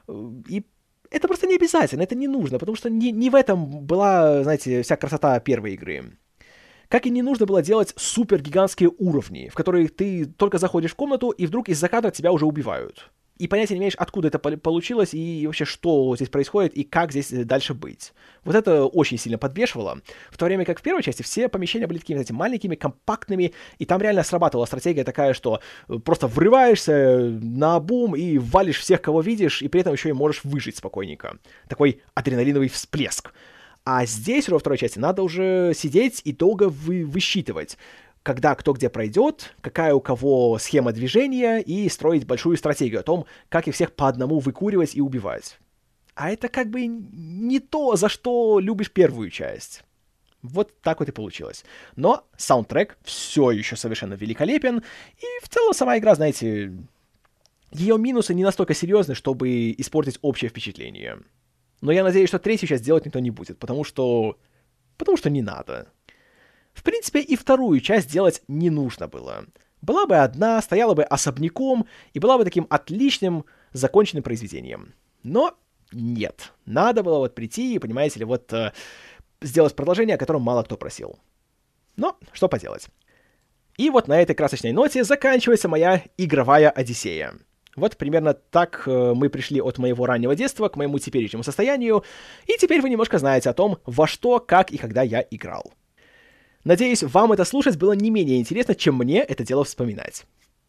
И это просто не обязательно, это не нужно, потому что не в этом была, знаете, вся красота первой игры. Как и не нужно было делать супер-гигантские уровни, в которые ты только заходишь в комнату, и вдруг из-за кадра тебя уже убивают. И понятия не имеешь, откуда это получилось, и вообще, что здесь происходит, и как здесь дальше быть. Вот это очень сильно подбешивало. В то время как в первой части все помещения были такими, знаете, маленькими, компактными, и там реально срабатывала стратегия такая, что просто врываешься наобум и валишь всех, кого видишь, и при этом еще и можешь выжить спокойненько. Такой адреналиновый всплеск. А здесь, во второй части, надо уже сидеть и долго высчитывать, когда кто где пройдет, какая у кого схема движения, и строить большую стратегию о том, как их всех по одному выкуривать и убивать. А это как бы не то, за что любишь первую часть. Вот так вот и получилось. Но саундтрек все еще совершенно великолепен, и в целом сама игра, знаете, ее минусы не настолько серьезны, чтобы испортить общее впечатление. Но я надеюсь, что третью часть делать никто не будет, потому что не надо. В принципе, и вторую часть делать не нужно было. Была бы одна, стояла бы особняком и была бы таким отличным законченным произведением. Но нет. Надо было вот прийти и, понимаете ли, вот сделать продолжение, о котором мало кто просил. Но что поделать. И вот на этой красочной ноте заканчивается моя игровая Одиссея. Вот примерно так мы пришли от моего раннего детства к моему теперешнему состоянию, и теперь вы немножко знаете о том, во что, как и когда я играл. Надеюсь, вам это слушать было не менее интересно, чем мне это дело вспоминать.